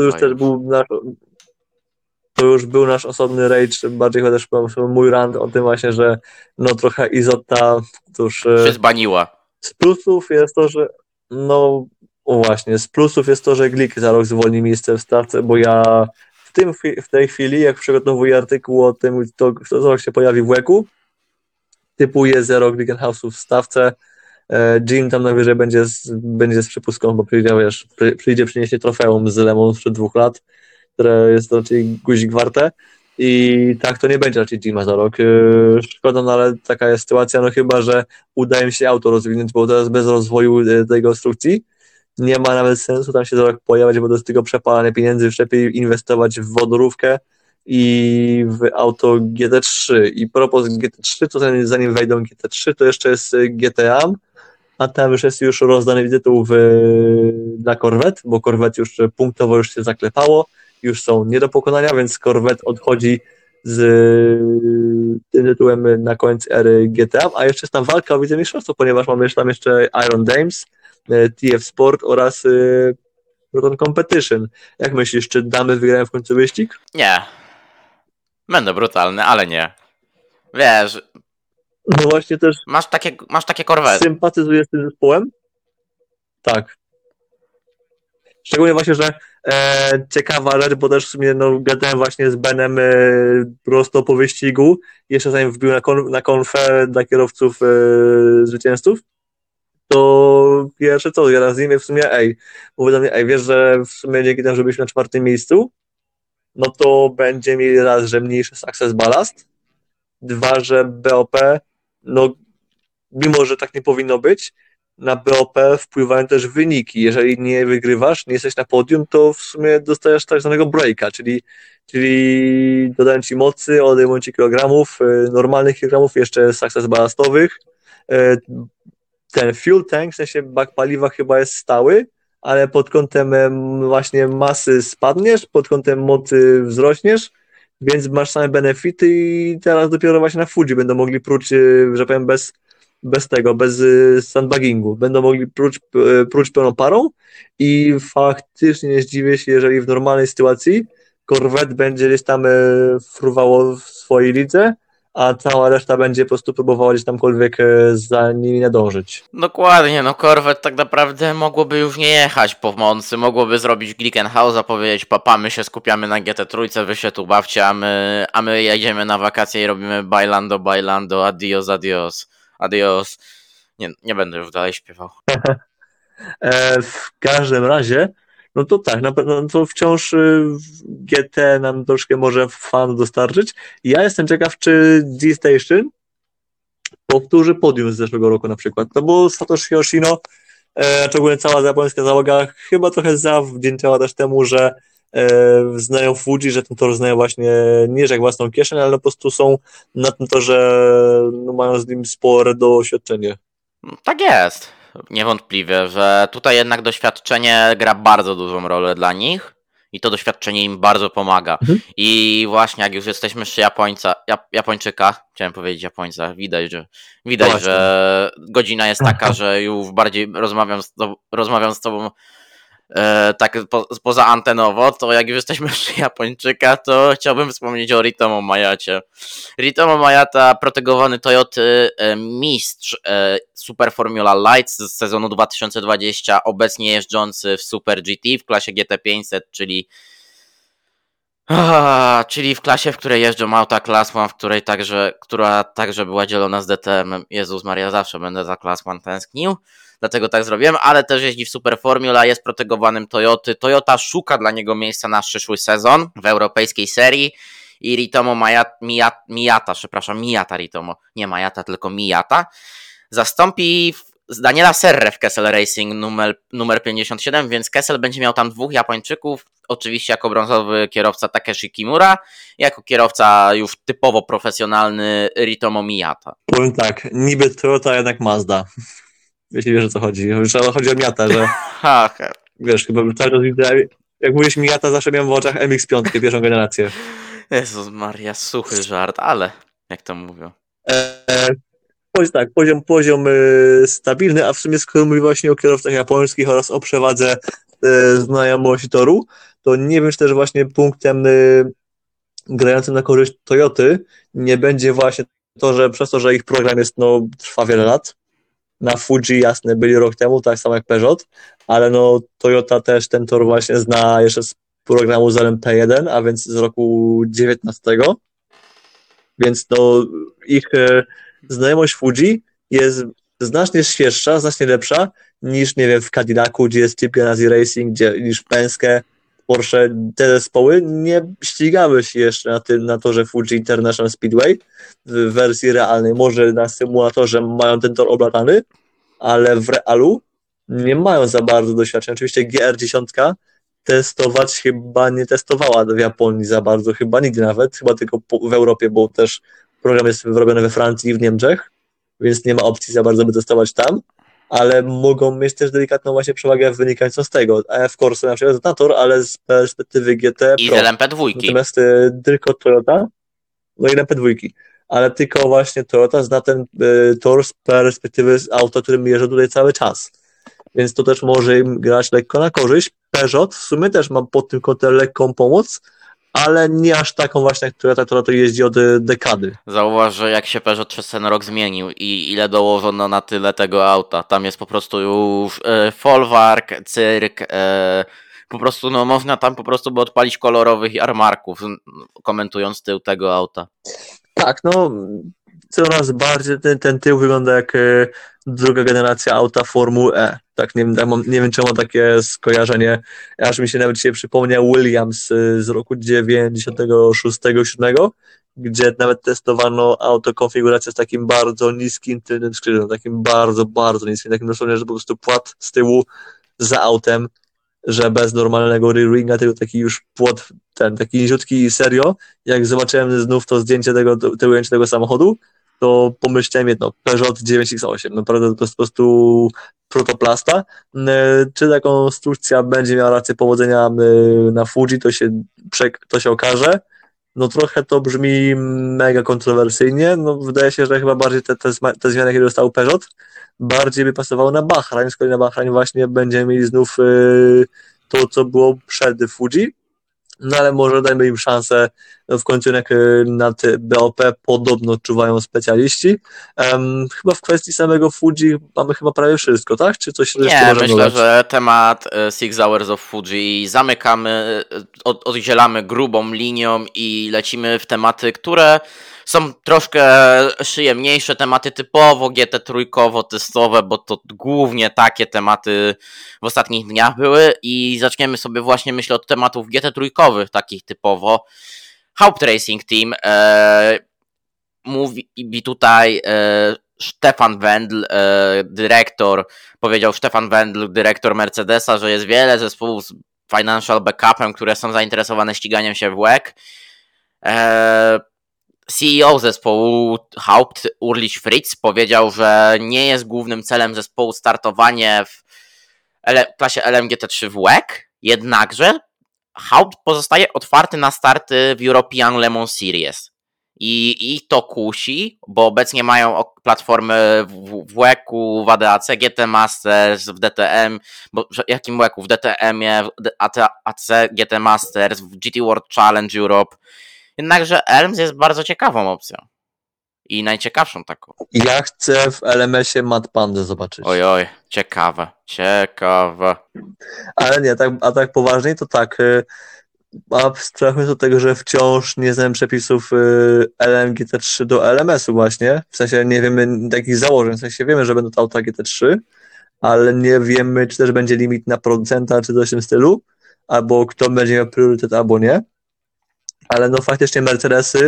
Speaker 2: To już był nasz osobny rage, bardziej chociaż mój rant o tym właśnie, że no trochę Izotta już...
Speaker 1: się zbaniła.
Speaker 2: Z plusów jest to, że no właśnie, z plusów jest to, że Glick za rok zwolni miejsce w stawce, bo ja w tej chwili, jak przygotowuję artykuł o tym, kto rok się pojawi w łeku, typuję 0 Glickenhausów w stawce. Jim tam najwyżej będzie z przypustką, bo przyjdzie przyniesie trofeum z Lemon sprzed 2 lat, które jest raczej guzik warte i tak to nie będzie raczej Jima za rok. Szkoda, no ale taka jest sytuacja, no chyba, że uda im się auto rozwinąć, bo teraz bez rozwoju tej konstrukcji nie ma nawet sensu tam się za rok pojawiać, bo to jest tylko przepalanie pieniędzy, już lepiej inwestować w wodorówkę i w auto GT3. I propos GT3, to zanim wejdą GT3, to jeszcze jest GTA, a tam już rozdany tytuł dla Corvette, bo Corvette już punktowo już się zaklepało, już są nie do pokonania, więc Corvette odchodzi z tym tytułem na koniec ery GTA, a jeszcze jest tam walka o wicemistrzostwo, ponieważ mamy tam jeszcze Iron Dames, TF Sport oraz Proton Competition. Jak myślisz, czy damy wygrają w końcu wyścig?
Speaker 1: Nie. Będę brutalny, ale nie. Wiesz...
Speaker 2: No właśnie też...
Speaker 1: Masz takie Corvette.
Speaker 2: Sympatyzujesz z tym zespołem? Tak. Szczególnie właśnie, że ciekawa rzecz, bo też w sumie no, gadałem właśnie z Benem prosto po wyścigu, jeszcze zanim wbił na konfę dla kierowców zwycięzców, to pierwsze co, ja raz z nim w sumie, mówię do mnie, wiesz, że w sumie dzięki temu, że byliśmy na 4. miejscu, no to będzie mieli raz, że mniejszy success ballast, dwa, że BOP, no mimo, że tak nie powinno być, na BOP wpływają też wyniki. Jeżeli nie wygrywasz, nie jesteś na podium, to w sumie dostajesz tak zwanego breaka, czyli dodają ci mocy, odejmują ci kilogramów, normalnych kilogramów, jeszcze success ballastowych. Ten fuel tank, w sensie bak paliwa chyba jest stały, ale pod kątem właśnie masy spadniesz, pod kątem mocy wzrośniesz, więc masz same benefity i teraz dopiero właśnie na Fuji będą mogli próć, że powiem, bez sandbaggingu. Będą mogli próć pełną parą i faktycznie nie zdziwię się, jeżeli w normalnej sytuacji Corvette będzie gdzieś tam fruwało w swojej lidze, a cała reszta będzie po prostu próbowała gdzieś tamkolwiek za nimi nadążyć.
Speaker 1: Dokładnie, no Corvette tak naprawdę mogłoby już nie jechać po Moncy, mogłoby zrobić Glickenhausa, powiedzieć papa, my się skupiamy na GT3, wy się tu bawcie, a my jedziemy na wakacje i robimy bailando, adios. Nie będę już dalej śpiewał.
Speaker 2: W każdym razie, no to tak, na pewno no to wciąż GT nam troszkę może fan dostarczyć. Ja jestem ciekaw, czy G-Station powtórzy podium z zeszłego roku na przykład, no bo Satoshi Yoshino, szczególnie cała japońska załoga, chyba trochę zawdzięczała też temu, że znają Fuji, że ten tor znają właśnie nie że jak własną kieszeń, ale po prostu są na tym torze, no, mają z nim spore doświadczenie.
Speaker 1: Tak jest, niewątpliwie, że tutaj jednak doświadczenie gra bardzo dużą rolę dla nich i to doświadczenie im bardzo pomaga. I właśnie jak już jesteśmy przy Japończyka, chciałem powiedzieć Japońca, widać, że godzina jest taka, że już bardziej rozmawiam z tobą tak poza antenowo, to jak już jesteśmy przy Japończyka, to chciałbym wspomnieć o Ritomo Mayacie. Ritomo Mayata, protegowany Toyoty mistrz Super Formula Light z sezonu 2020, obecnie jeżdżący w Super GT w klasie GT500, czyli w klasie, w której jeżdżą auta Class 1, która także była dzielona z DTM. Jezus Maria, zawsze będę za Class 1 tęsknił, dlatego tak zrobiłem, ale też jeździ w Super Formula, jest protegowanym Toyoty. Toyota szuka dla niego miejsca na przyszły sezon w europejskiej serii i Ritomo Miyata Ritomo, nie Mayata, tylko Miyata, zastąpi Daniela Serre w Kessel Racing numer 57, więc Kessel będzie miał tam dwóch Japończyków, oczywiście jako brązowy kierowca Takeshi Kimura, jako kierowca już typowo profesjonalny Ritomo Miyata.
Speaker 2: Powiem tak, niby Toyota, jednak Mazda. Jeśli wiesz, o co chodzi. Chodzi o Miata, że wiesz, chyba cały czas widzę, jak mówisz Miata, zawsze miałem w oczach MX-5, pierwszą generację.
Speaker 1: Jezus Maria, suchy żart, ale jak to mówią.
Speaker 2: Tak, poziom stabilny, a w sumie skoro mówię właśnie o kierowcach japońskich oraz o przewadze znajomości toru, to nie wiem, czy też właśnie punktem grającym na korzyść Toyoty nie będzie właśnie to, że przez to, że ich program jest, trwa wiele lat. Na Fuji, jasne, byli rok temu, tak samo jak Peugeot, ale Toyota też ten tor właśnie zna jeszcze z programu z LMP1, a więc z roku 19. Więc ich znajomość Fuji jest znacznie świeższa, znacznie lepsza niż, nie wiem, w Cadillacu, gdzie jest Chip Ganassi Racing, niż Penske, Porsche. Te zespoły nie ścigały się jeszcze na torze Fuji International Speedway w wersji realnej. Może na symulatorze mają ten tor oblatany, ale w realu nie mają za bardzo doświadczenia. Oczywiście GR10 testować chyba nie testowała w Japonii za bardzo, chyba nigdy nawet, chyba tylko w Europie, bo też program jest robiony we Francji i w Niemczech, więc nie ma opcji za bardzo, by testować tam, ale mogą mieć też delikatną właśnie przewagę wynikającą z tego. AF Corsa na przykład na tor, ale z perspektywy GT
Speaker 1: i
Speaker 2: Pro.
Speaker 1: z LMP2.
Speaker 2: Natomiast tylko Toyota, i LMP2, ale tylko właśnie Toyota zna ten tor z perspektywy auta, którym jeżdżą tutaj cały czas. Więc to też może im grać lekko na korzyść. Peugeot w sumie też ma pod tym kątem lekką pomoc, ale nie aż taką właśnie, która to jeździ od dekady.
Speaker 1: Zauważ, że jak się Peugeot przez ten rok zmienił i ile dołożono na tyle tego auta. Tam jest po prostu już folwark, cyrk, po prostu można tam po prostu by odpalić kolorowych jarmarków, komentując tył tego auta.
Speaker 2: Tak, coraz bardziej ten tył wygląda jak druga generacja auta Formuły E. Tak, nie wiem, czemu mam takie skojarzenie. Aż mi się nawet dzisiaj przypomniał Williams z roku 96-7, gdzie nawet testowano auto konfigurację z takim bardzo niskim tylnym skrzydłem, takim bardzo, bardzo niskim, takim dosłownie, że po prostu płat z tyłu za autem, że bez normalnego rear ringa, tylko taki już płot, taki niziutki i serio. Jak zobaczyłem znów to zdjęcie tego ujęcia tego samochodu, to pomyślałem jedno, Peugeot 9X8, naprawdę to jest po prostu protoplasta. Czy ta konstrukcja będzie miała rację powodzenia na Fuji, to się okaże. No trochę to brzmi mega kontrowersyjnie, no wydaje się, że chyba bardziej te zmiany, jakie dostał Peugeot, bardziej by pasowało na Bahrain, z kolei na Bahrain właśnie będziemy mieli znów to, co było przed Fuji, no ale może dajmy im szansę, no w końcu jednak nad BOP podobno odczuwają specjaliści. Chyba w kwestii samego Fuji mamy chyba prawie wszystko, tak? Czy coś jeszcze
Speaker 1: Nie,
Speaker 2: możemy
Speaker 1: myślę,
Speaker 2: dodać?
Speaker 1: że temat Six Hours of Fuji zamykamy, oddzielamy grubą linią i lecimy w tematy, które są troszkę przyjemniejsze, tematy typowo GT3 testowe, bo to głównie takie tematy w ostatnich dniach były i zaczniemy sobie właśnie, myślę, od tematów GT3 takich typowo. Haupt Racing Team mówi tutaj Stefan Wendl, Stefan Wendl, dyrektor Mercedesa, że jest wiele zespołów z financial backupem, które są zainteresowane ściganiem się w WEC. CEO zespołu Haupt, Ulrich Fritz, powiedział, że nie jest głównym celem zespołu startowanie w klasie LMGT3 w WEC, jednakże Haupt pozostaje otwarty na starty w European Le Mans Series. I to kusi, bo obecnie mają platformy w WEC-u, w ADAC, GT Masters, w DTM, bo w jakim WEC-u? W DTM-ie, w AC, GT Masters, w GT World Challenge Europe. Jednakże ELMS jest bardzo ciekawą opcją. I najciekawszą taką.
Speaker 2: Ja chcę w LMS-ie Mad Pandę zobaczyć.
Speaker 1: Ojoj, ciekawe.
Speaker 2: Ale nie, tak poważniej to tak. Abstrahujmy do tego, że wciąż nie znam przepisów LMGT3 do LMS-u właśnie. W sensie nie wiemy takich założeń, w sensie wiemy, że będą to auta GT3, ale nie wiemy, czy też będzie limit na producenta, czy coś w tym stylu, albo kto będzie miał priorytet, albo nie. Ale no faktycznie Mercedesy,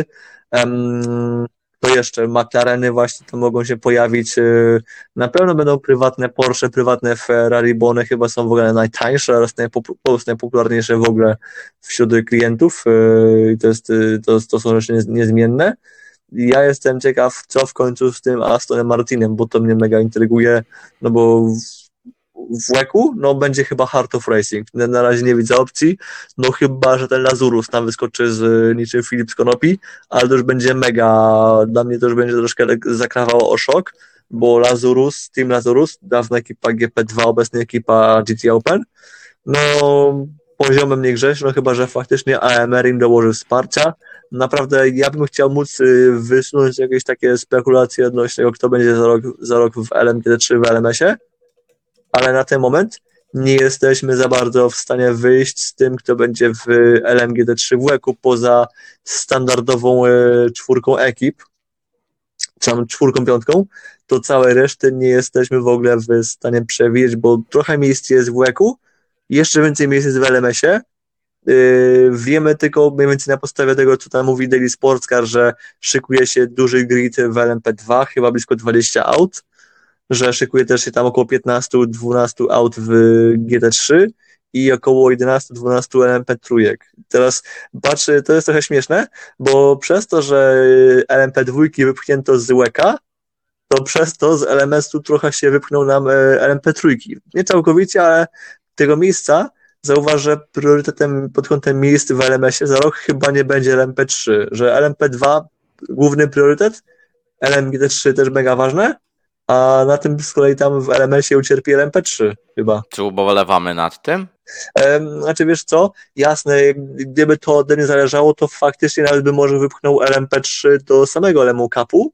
Speaker 2: to jeszcze McLareny właśnie to mogą się pojawić, na pewno będą prywatne Porsche, prywatne Ferrari, bo one chyba są w ogóle najtańsze oraz najpopularniejsze w ogóle wśród klientów i to są rzeczy niezmienne. Ja jestem ciekaw, co w końcu z tym Astonem Martinem, bo to mnie mega intryguje, no bo w WEC-u, no będzie chyba Heart of Racing. Na razie nie widzę opcji, no chyba, że ten Lazurus tam wyskoczy z niczym Filip z Konopi, ale to już będzie mega, dla mnie to już będzie troszkę zakrawało o szok, bo Team Lazurus, dawna ekipa GP2, obecna ekipa GT Open, no poziomem nie grześ, no chyba, że faktycznie AMR im dołoży wsparcia. Naprawdę ja bym chciał móc wysunąć jakieś takie spekulacje odnośnie tego, kto będzie za rok w LMGT3 w LMS-ie, ale na ten moment nie jesteśmy za bardzo w stanie wyjść z tym, kto będzie w LMGT3 w WEC-u poza standardową czwórką ekip, czy tam czwórką, piątką, to całej reszty nie jesteśmy w ogóle w stanie przewidzieć, bo trochę miejsc jest w WEC-u, jeszcze więcej miejsc jest w LMS-ie. Wiemy tylko mniej więcej na podstawie tego, co tam mówi Daily Sportscar, że szykuje się duży grid w LMP2, chyba blisko 20 aut, że szykuje też się tam około 15-12 aut w GT3 i około 11-12 LMP3. Teraz patrzę, to jest trochę śmieszne, bo przez to, że LMP2 wypchnięto z WEC-a, to przez to z LMS-u trochę się wypchnął nam LMP3. Nie całkowicie, ale tego miejsca zauważ, że priorytetem pod kątem miejsc w LMS-ie za rok chyba nie będzie LMP3, że LMP2 główny priorytet, LMGT3 też mega ważne, a na tym z kolei tam w LMS-ie ucierpi LMP3 chyba.
Speaker 1: Czy ubolewamy nad tym?
Speaker 2: Znaczy wiesz co, jasne, gdyby to ode mnie zależało, to faktycznie nawet by może wypchnął LMP3 do samego LMU Cupu,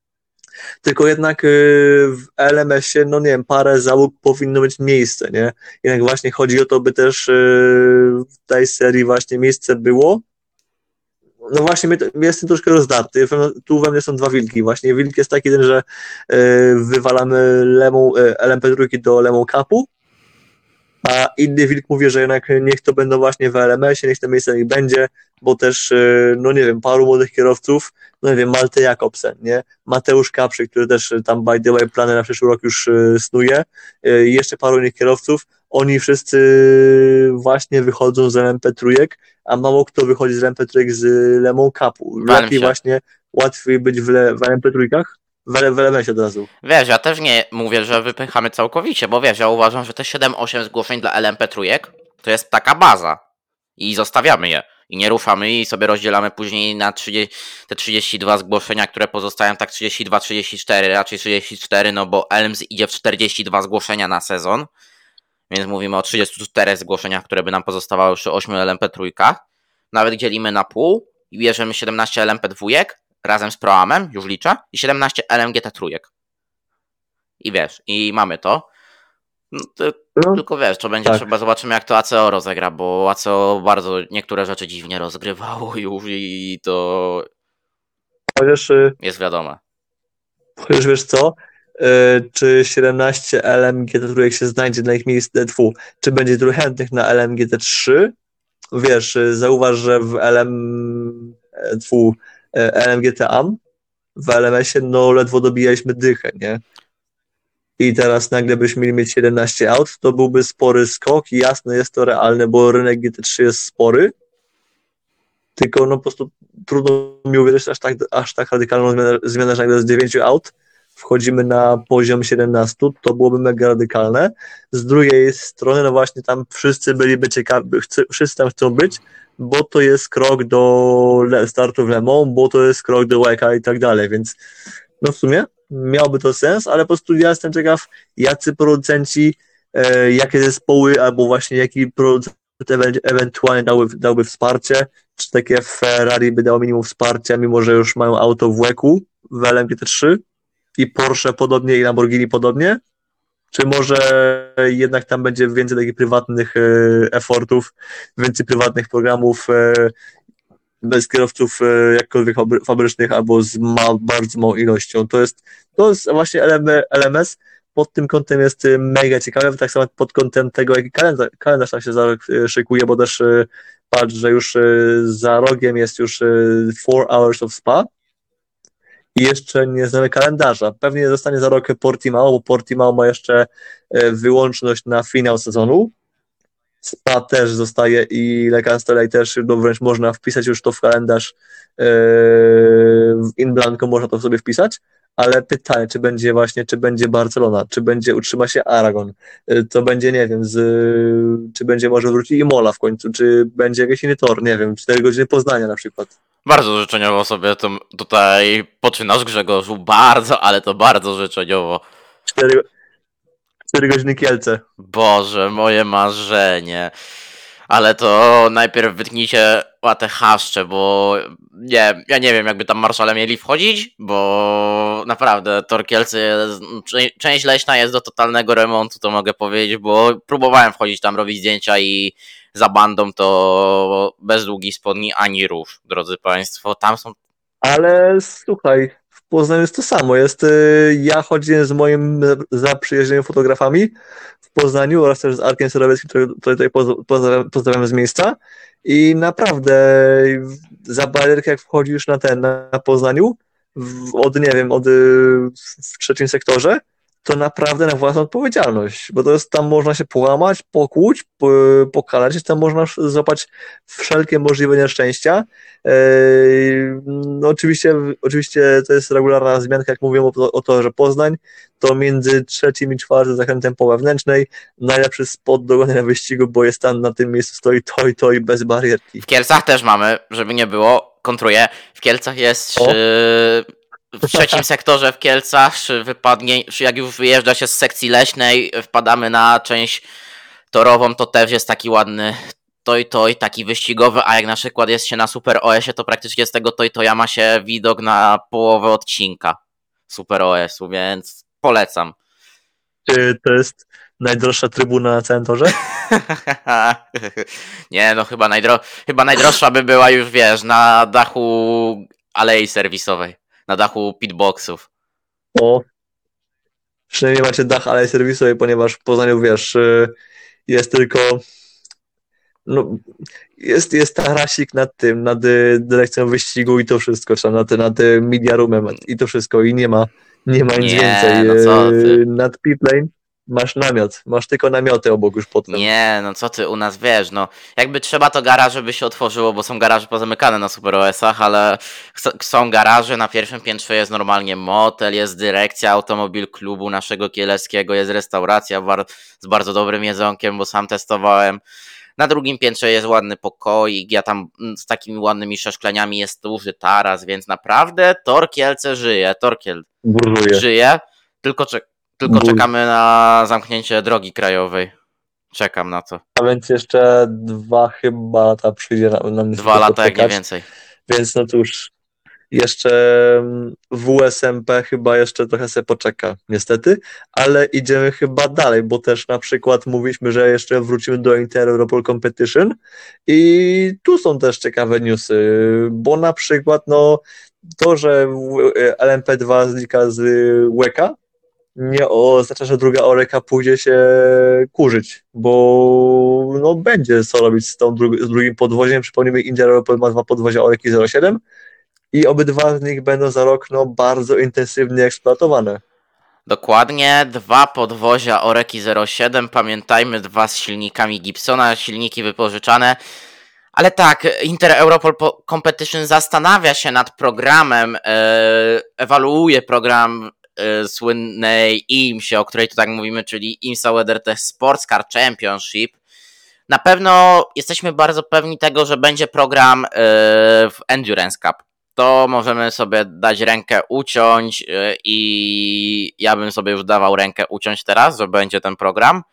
Speaker 2: tylko jednak w LMS-ie, no nie wiem, parę załóg powinno być miejsce, nie? Jednak właśnie chodzi o to, by też w tej serii właśnie miejsce było. No właśnie, jestem troszkę rozdarty. Tu we mnie są dwa wilki. Właśnie wilk jest taki, że wywalamy LMP3 do Lemon Cupu, a inny wilk mówi, że jednak niech to będą właśnie w LMS-ie, niech to miejsce niech będzie, bo też, no nie wiem, paru młodych kierowców, no nie wiem, Malte Jakobsen, nie? Mateusz Kaprzy, który też tam by the way plany na przyszły rok już snuje, jeszcze paru innych kierowców, oni wszyscy właśnie wychodzą z LMP3, a mało kto wychodzi z LMP3 z Lemon Cupu. Lepiej właśnie łatwiej być w LMP3, w LMS-ie od razu.
Speaker 1: Wiesz, ja też nie mówię, że wypychamy całkowicie, bo wiesz, ja uważam, że te 7-8 zgłoszeń dla LMP3 to jest taka baza i zostawiamy je i nie ruszamy i sobie rozdzielamy później na te 32 zgłoszenia, które pozostają tak 32-34, raczej 34, no bo ELMS idzie w 42 zgłoszenia na sezon, więc mówimy o 34 zgłoszeniach, które by nam pozostawały przy 8 LMP3, nawet dzielimy na pół i bierzemy 17 LMP2 razem z Pro-Amem, już liczę, i 17 LMGT3. I wiesz, i mamy to. No, tylko wiesz, to będzie trzeba, zobaczymy jak to ACO rozegra, bo ACO bardzo niektóre rzeczy dziwnie rozgrywało już i to jest wiadome.
Speaker 2: Chociaż wiesz co, czy 17 LMGT3 się znajdzie na ich miejsce, czy będzie tylu chętnych na LMGT3? Wiesz, zauważ, że w LMGT-AM w LMS-ie no ledwo dobijaliśmy dychę, nie? I teraz nagle byśmy mieli mieć 17 aut, to byłby spory skok i jasne jest to realne, bo rynek GT3 jest spory, tylko no po prostu trudno mi uwierzyć aż tak radykalną zmianę, że nagle z 9 aut wchodzimy na poziom 17, to byłoby mega radykalne. Z drugiej strony, no właśnie tam wszyscy byliby ciekawi, wszyscy tam chcą być, bo to jest krok do startu w Le Mans, bo to jest krok do WEC-a i tak dalej, więc no w sumie miałby to sens, ale po prostu ja jestem ciekaw, jacy producenci, jakie zespoły, albo właśnie jaki producent ewentualnie dałby wsparcie, czy takie Ferrari by dało minimum wsparcia, mimo że już mają auto w WEC-u, w LMGT3 i Porsche podobnie i Lamborghini podobnie, czy może jednak tam będzie więcej takich prywatnych effortów, więcej prywatnych programów bez kierowców jakkolwiek fabrycznych albo z bardzo małą ilością. To jest właśnie LMS pod tym kątem jest mega ciekawe, tak samo pod kątem tego, jaki kalendarz tam się za rok szykuje, bo też patrz, że już za rogiem jest już 4 Hours of Spa i jeszcze nie znamy kalendarza. Pewnie zostanie za rok Portimao, bo Portimao ma jeszcze wyłączność na finał sezonu. Spa też zostaje i Le Castellet też, no wręcz można wpisać już to w kalendarz, w in blanco można to sobie wpisać, ale pytanie, czy będzie Barcelona, czy utrzyma się Aragon, to będzie, nie wiem, czy będzie może wrócić Imola w końcu, czy będzie jakiś inny tor, nie wiem, 4 godziny Poznania na przykład.
Speaker 1: Bardzo życzeniowo sobie to tutaj poczynasz, Grzegorzu, ale to bardzo życzeniowo.
Speaker 2: 4 godziny Kielce.
Speaker 1: Boże, moje marzenie. Ale to najpierw wytknijcie łatę chaszcze, bo ja nie wiem, jakby tam marszale mieli wchodzić, bo naprawdę Tor Kielce, część leśna jest do totalnego remontu, to mogę powiedzieć, bo próbowałem wchodzić tam, robić zdjęcia i za bandą to bez długich spodni ani rusz, drodzy państwo, tam są... Ale
Speaker 2: słuchaj, w Poznaniu jest to samo, ja chodziłem z moim zaprzyjaźnionym fotografami w Poznaniu oraz też z Arkiem Sorowieckim, którego tutaj pozdrawiam z miejsca i naprawdę za barierkę jak wchodzisz na Poznaniu, w trzecim sektorze, to naprawdę na własną odpowiedzialność, bo tam można się połamać, pokłuć, pokalać, tam można złapać wszelkie możliwe nieszczęścia. No oczywiście to jest regularna wzmianka, jak mówiłem o to, że Poznań to między trzecim i czwartym zakrętem po wewnętrznej najlepszy spot do gonienia wyścigu, bo jest tam na tym miejscu stoi to i bez barierki.
Speaker 1: W Kielcach też mamy, żeby nie było, kontruję, w Kielcach jest... W trzecim sektorze w Kielcach, jak już wyjeżdża się z sekcji leśnej, wpadamy na część torową, to też jest taki ładny toj, taki wyścigowy, a jak na przykład jest się na Super OS-ie, to praktycznie z tego toja ma się widok na połowę odcinka Super OS-u, więc polecam.
Speaker 2: Czy to jest najdroższa trybuna na całym torze?
Speaker 1: Nie, no chyba najdroższa by była już, wiesz, na dachu alei serwisowej, na dachu pitboxów.
Speaker 2: O, przynajmniej macie dach alei serwisowej, ponieważ w Poznaniu, wiesz, jest tylko... No, jest tarasik nad dyrekcją wyścigu i to wszystko, czy nad media roomem i to wszystko i nie ma nic
Speaker 1: Nie,
Speaker 2: więcej.
Speaker 1: no co ty.
Speaker 2: Nad pit lane masz namiot, masz tylko namioty obok już potem.
Speaker 1: Nie, no co ty, u nas wiesz, no jakby trzeba to garaże by się otworzyło, bo są garaże pozamykane na Super OS-ach, ale są garaże, na pierwszym piętrze jest normalnie motel, jest dyrekcja automobil klubu naszego kieleckiego, jest restauracja z bardzo dobrym jedzonkiem, bo sam testowałem. Na drugim piętrze jest ładny pokoik, ja tam z takimi ładnymi przeszkleniami jest duży taras, więc naprawdę Tor Kielce żyje,
Speaker 2: Burżuje.
Speaker 1: żyje, tylko czekamy na zamknięcie drogi krajowej. Czekam na to.
Speaker 2: A więc jeszcze 2 chyba lata przyjdzie nam
Speaker 1: 2 lata, jak nie więcej.
Speaker 2: Więc no cóż, jeszcze WSMP chyba jeszcze trochę sobie poczeka, niestety, ale idziemy chyba dalej, bo też na przykład mówiliśmy, że jeszcze wrócimy do Inter Europol Competition i tu są też ciekawe newsy, bo na przykład no to, że LMP2 znika z WECA, nie oznacza, że druga Oreka pójdzie się kurzyć, bo no będzie co robić z drugim podwoziem. Przypomnijmy, Inter Europol ma 2 podwozia Oreki 07 i obydwa z nich będą za rok no, bardzo intensywnie eksploatowane.
Speaker 1: Dokładnie, 2 podwozia Oreki 07, pamiętajmy, 2 z silnikami Gibsona, silniki wypożyczane. Ale tak, Inter Europol Competition zastanawia się nad programem, ewaluuje program słynnej IMSA, o której tu tak mówimy, czyli IMSA WeatherTech Sports Car Championship. Na pewno jesteśmy bardzo pewni tego, że będzie program w Endurance Cup. To możemy sobie dać rękę uciąć i ja bym sobie już dawał rękę uciąć teraz, że będzie ten program,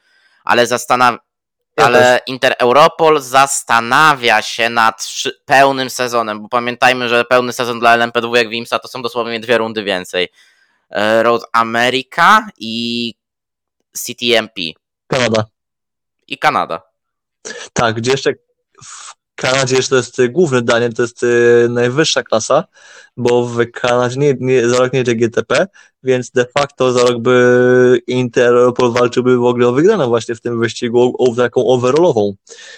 Speaker 1: ale Inter Europol zastanawia się nad pełnym sezonem, bo pamiętajmy, że pełny sezon dla LMP2 w IMSA to są dosłownie 2 rundy więcej. Road America i CTMP. Kanada.
Speaker 2: Tak, gdzie jeszcze w Kanadzie jeszcze to jest główny danie, to jest najwyższa klasa, bo w Kanadzie za rok nie jedzie GTP, więc de facto za rok by Inter Europol walczyłby w ogóle o wygraną właśnie w tym wyścigu, o taką overallową.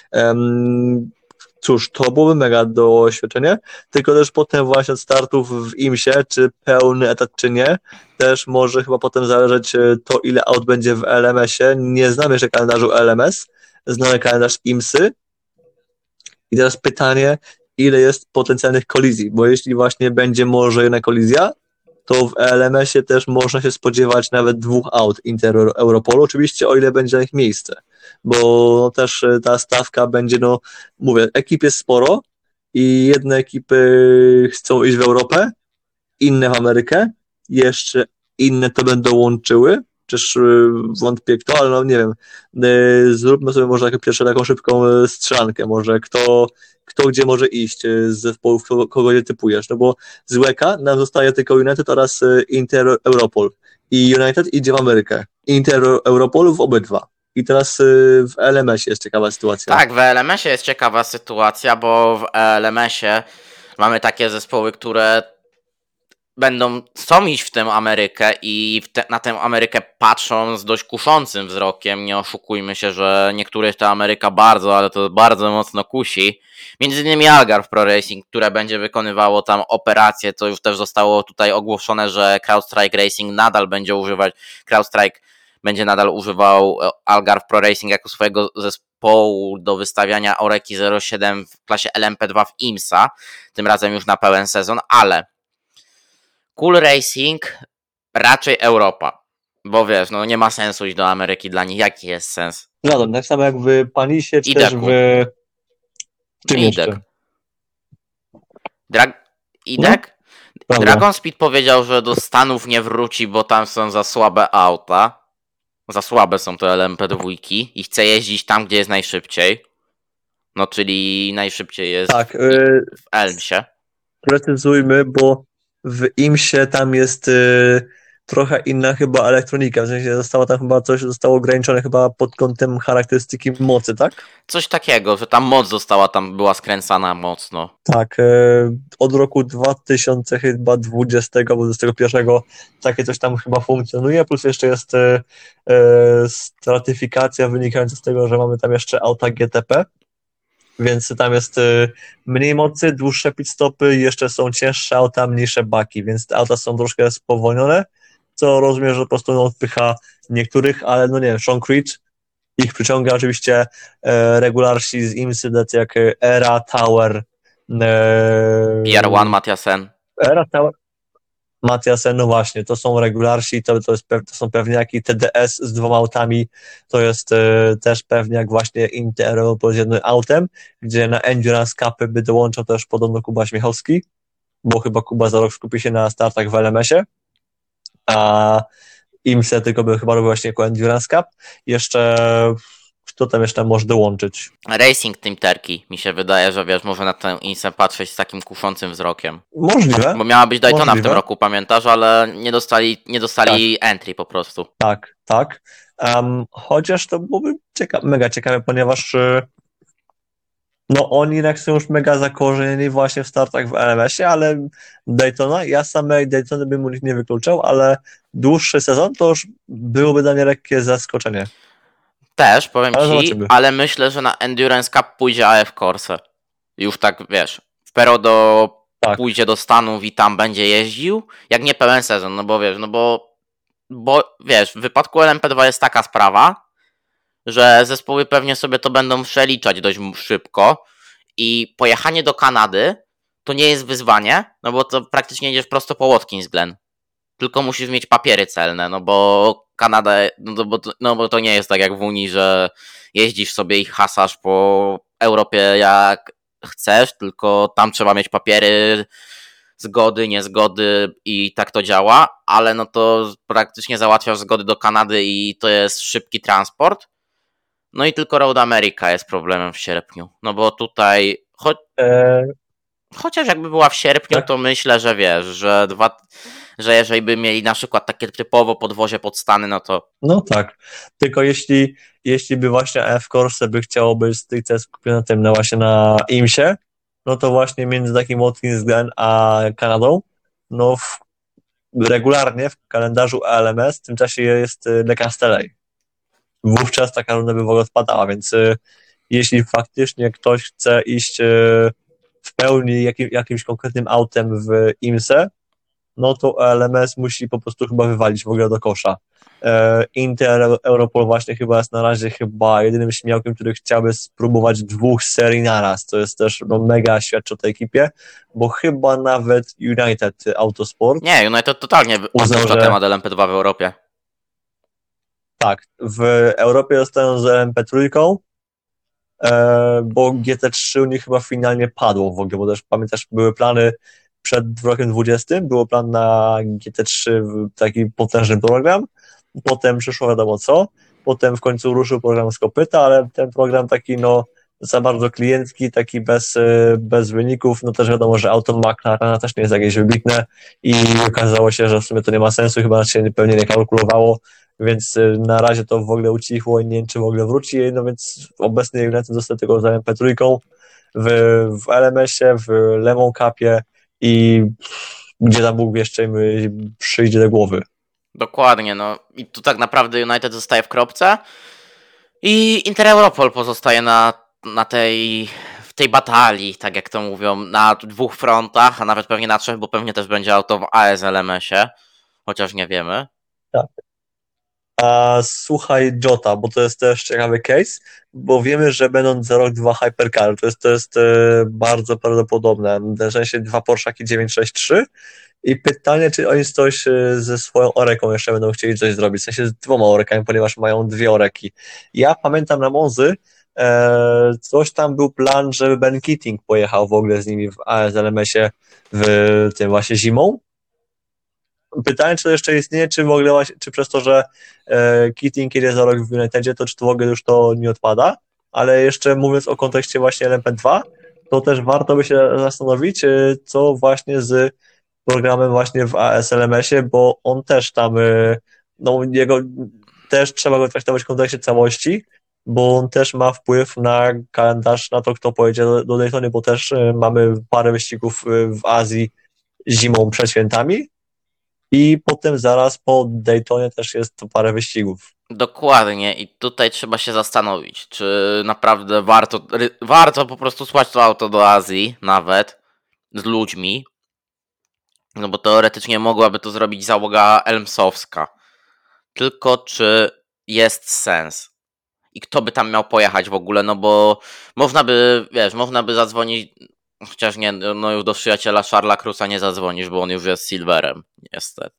Speaker 2: Cóż, to byłoby mega doświadczenie, tylko też potem właśnie od startów w IMSie, czy pełny etat, czy nie, też może chyba potem zależeć to, ile aut będzie w LMS-ie. Nie znam jeszcze kalendarzu LMS, znamy kalendarz IMSy. I teraz pytanie, ile jest potencjalnych kolizji, bo jeśli właśnie będzie może jedna kolizja, to w LMS-ie też można się spodziewać nawet 2 aut Inter Europolu, oczywiście o ile będzie na nich miejsce, bo też ta stawka będzie, no mówię, ekip jest sporo i jedne ekipy chcą iść w Europę, inne w Amerykę, jeszcze inne to będą łączyły, przecież wątpię kto, ale no nie wiem, zróbmy sobie może taką szybką strzelankę, może kto gdzie może iść z zespołów, kogo nie typujesz, no bo z WECA nam zostaje tylko United oraz Inter Europol i United idzie w Amerykę, Inter Europol w obydwa. I teraz w LMS-ie jest ciekawa sytuacja.
Speaker 1: Tak, w LMS-ie jest ciekawa sytuacja, bo w LMS-ie mamy takie zespoły, które chcą iść w tę Amerykę i na tę Amerykę patrzą z dość kuszącym wzrokiem. Nie oszukujmy się, że niektórych ta Ameryka ale to bardzo mocno kusi. Między innymi Algarve Pro Racing, które będzie wykonywało tam operacje. To już też zostało tutaj ogłoszone, że CrowdStrike Racing będzie nadal używał Algarve Pro Racing jako swojego zespołu do wystawiania Oreki 07 w klasie LMP2 w IMSA. Tym razem już na pełen sezon, ale Cool Racing raczej Europa, bo wiesz, no nie ma sensu iść do Ameryki dla nich. Jaki jest sens?
Speaker 2: Żaden, tak samo jak w Panisie, czy też w czym jeszcze?
Speaker 1: IDEC? No? Dragon Speed powiedział, że do Stanów nie wróci, bo tam są za słabe auta. Za słabe są to LMP2 i chce jeździć tam, gdzie jest najszybciej. No czyli najszybciej jest
Speaker 2: tak,
Speaker 1: w Elmsie.
Speaker 2: Precyzujmy, bo w IMSie tam jest trochę inna chyba elektronika, w sensie zostało tam chyba coś, zostało ograniczone chyba pod kątem charakterystyki mocy, tak?
Speaker 1: Coś takiego, że tam moc została, tam była skręcana mocno.
Speaker 2: Tak, od roku 2020 albo 2021 takie coś tam chyba funkcjonuje, plus jeszcze jest stratyfikacja wynikająca z tego, że mamy tam jeszcze auta GTP, więc tam jest mniej mocy, dłuższe pit stopy i jeszcze są cięższe auta, mniejsze baki, więc te auta są troszkę spowolnione, co rozumiem, że po prostu no, odpycha niektórych, ale no nie wiem, Sean Creed ich przyciąga oczywiście regularsi z IMSY, tacy jak Era, Tower,
Speaker 1: PR1 Matiasen.
Speaker 2: Era, Tower, Matiasen, no właśnie, to są regularsi, to są pewniaki, TDS z 2 autami, to jest też pewniak właśnie Inter-Europol z jednym autem, gdzie na Endurance Cupy by dołączał też podobno Kuba Śmiechowski, bo chyba Kuba za rok skupi się na startach w LMS-ie, a IMSE tylko by chyba robił właśnie jako Endurance Cup. Jeszcze kto tam jeszcze może dołączyć?
Speaker 1: Racing Team Turkey, mi się wydaje, że wiesz, może na tę IMSę patrzeć z takim kuszącym wzrokiem.
Speaker 2: Możliwe.
Speaker 1: Bo miała być Daytona
Speaker 2: możliwe.
Speaker 1: w tym roku, pamiętasz, ale nie dostali entry po prostu.
Speaker 2: Tak. Chociaż to byłoby mega ciekawe, ponieważ no oni jednak są już mega zakorzenieni właśnie w startach w LMS-ie, ale Daytona, ja samej Daytony bym mu nie wykluczał, ale dłuższy sezon to już byłoby dla mnie lekkie zaskoczenie.
Speaker 1: Też, powiem
Speaker 2: ale
Speaker 1: ci,
Speaker 2: zobaczymy.
Speaker 1: Ale myślę, że na Endurance Cup pójdzie AF Corse. Już tak, wiesz, w Perodo pójdzie do Stanów i tam będzie jeździł, jak nie pełen sezon, no bo wiesz, w wypadku LMP2 jest taka sprawa, że zespoły pewnie sobie to będą przeliczać dość szybko i pojechanie do Kanady to nie jest wyzwanie, no bo to praktycznie jedziesz prosto po Watkins Glen. Tylko musisz mieć papiery celne, no bo Kanada, bo to nie jest tak jak w Unii, że jeździsz sobie i hasasz po Europie jak chcesz, tylko tam trzeba mieć papiery, zgody, niezgody i tak to działa, ale no to praktycznie załatwiasz zgody do Kanady i to jest szybki transport. No i tylko Road America jest problemem w sierpniu, no bo tutaj chociaż jakby była w sierpniu, tak? To myślę, że wiesz, że jeżeli by mieli na przykład takie typowo podwozie pod Stany, no to...
Speaker 2: No tak, tylko jeśli by właśnie AF Corse by chciało być stricte skupione właśnie na IMSie, no to właśnie między takim Watkins Glen a Kanadą, no regularnie w kalendarzu LMS w tym czasie jest Le Castellet. Wówczas taka runda by w ogóle odpadała, więc jeśli faktycznie ktoś chce iść w pełni jakimś konkretnym autem w IMSE, no to LMS musi po prostu chyba wywalić w ogóle do kosza. Inter-Europol właśnie chyba jest na razie jedynym śmiałkiem, który chciałby spróbować 2 serii naraz. To jest też mega świadczy o tej ekipie, bo chyba nawet United Autosport...
Speaker 1: Nie, United totalnie odpuszcza temat LMP2 w Europie.
Speaker 2: Tak, w Europie zostają z LMP3, bo GT3 u nich chyba finalnie padło w ogóle, bo też pamiętasz, były plany przed rokiem 2020, było plan na GT3 taki potężny program, potem przyszło wiadomo co, potem w końcu ruszył program z kopyta, ale ten program taki za bardzo kliencki, taki bez wyników, no też wiadomo, że auto McLarena też nie jest jakieś wybitne i okazało się, że w sumie to nie ma sensu, chyba się pewnie nie kalkulowało, więc na razie to w ogóle ucichło i nie wiem, czy w ogóle wróci, no więc obecny United został tylko za MP3 w LMS-ie, w Lemon Cupie i gdzie tam Bóg jeszcze przyjdzie do głowy.
Speaker 1: Dokładnie, no i tu tak naprawdę United zostaje w kropce i Inter-Europol pozostaje w tej batalii, tak jak to mówią, na 2 frontach, a nawet pewnie na 3, bo pewnie też będzie auto w AS LMS-ie, chociaż nie wiemy.
Speaker 2: Tak. A słuchaj Jota, bo to jest też ciekawy case, bo wiemy, że będą za rok 2 hypercar, to jest bardzo prawdopodobne, w sensie 2 Porschaki 963 i pytanie, czy oni coś ze swoją Oreką jeszcze będą chcieli coś zrobić, w sensie z 2 Orekami, ponieważ mają 2 Oreki. Ja pamiętam na Monzy, coś tam był plan, żeby Ben Keating pojechał w ogóle z nimi w AS LMS-ie w tym właśnie zimą. Pytanie, czy to jeszcze istnieje, czy w ogóle, czy przez to, że Keating jedzie za rok w Unitedzie, to czy to w ogóle już to nie odpada, ale jeszcze mówiąc o kontekście właśnie LMP2, to też warto by się zastanowić, co właśnie z programem właśnie w ASLMS-ie, bo on też tam, no jego też trzeba go traktować w kontekście całości, bo on też ma wpływ na kalendarz, na to, kto pojedzie do Daytony, bo też mamy parę wyścigów w Azji zimą przed świętami i potem zaraz po Daytonie też jest to parę wyścigów.
Speaker 1: Dokładnie i tutaj trzeba się zastanowić, czy naprawdę warto po prostu słuchać to auto do Azji nawet z ludźmi, no bo teoretycznie mogłaby to zrobić załoga Elmsowska. Tylko czy jest sens? I kto by tam miał pojechać w ogóle? No bo można by zadzwonić, chociaż nie, no już do przyjaciela Charlesa Cruza nie zadzwonisz, bo on już jest silverem, niestety.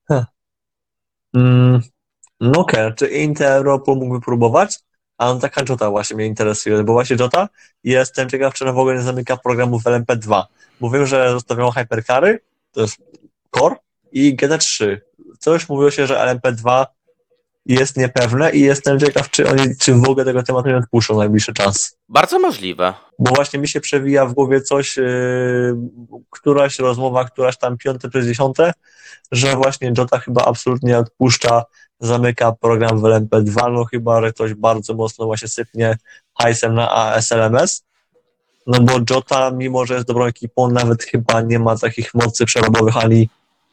Speaker 2: No okej, czy Interpol mógłby próbować? A on taka Jota właśnie mnie interesuje, bo właśnie Jota jestem ciekaw, czy ona w ogóle nie zamyka programów LMP2. Mówią, że zostawiają Hypercary, to jest Core i GT3. Coś mówiło się, że LMP2 jest niepewne i jestem ciekaw, czy w ogóle tego tematu nie odpuszczą w najbliższy czas.
Speaker 1: Bardzo możliwe.
Speaker 2: Bo właśnie mi się przewija w głowie coś, któraś rozmowa, któraś tam 5. czy 10, że właśnie Jota chyba absolutnie nie odpuszcza, zamyka program w LMP2, no chyba, że ktoś bardzo mocno właśnie sypnie hajsem na ASLMS, no bo Jota, mimo że jest dobrą ekipą, nawet chyba nie ma takich mocy przerobowych ani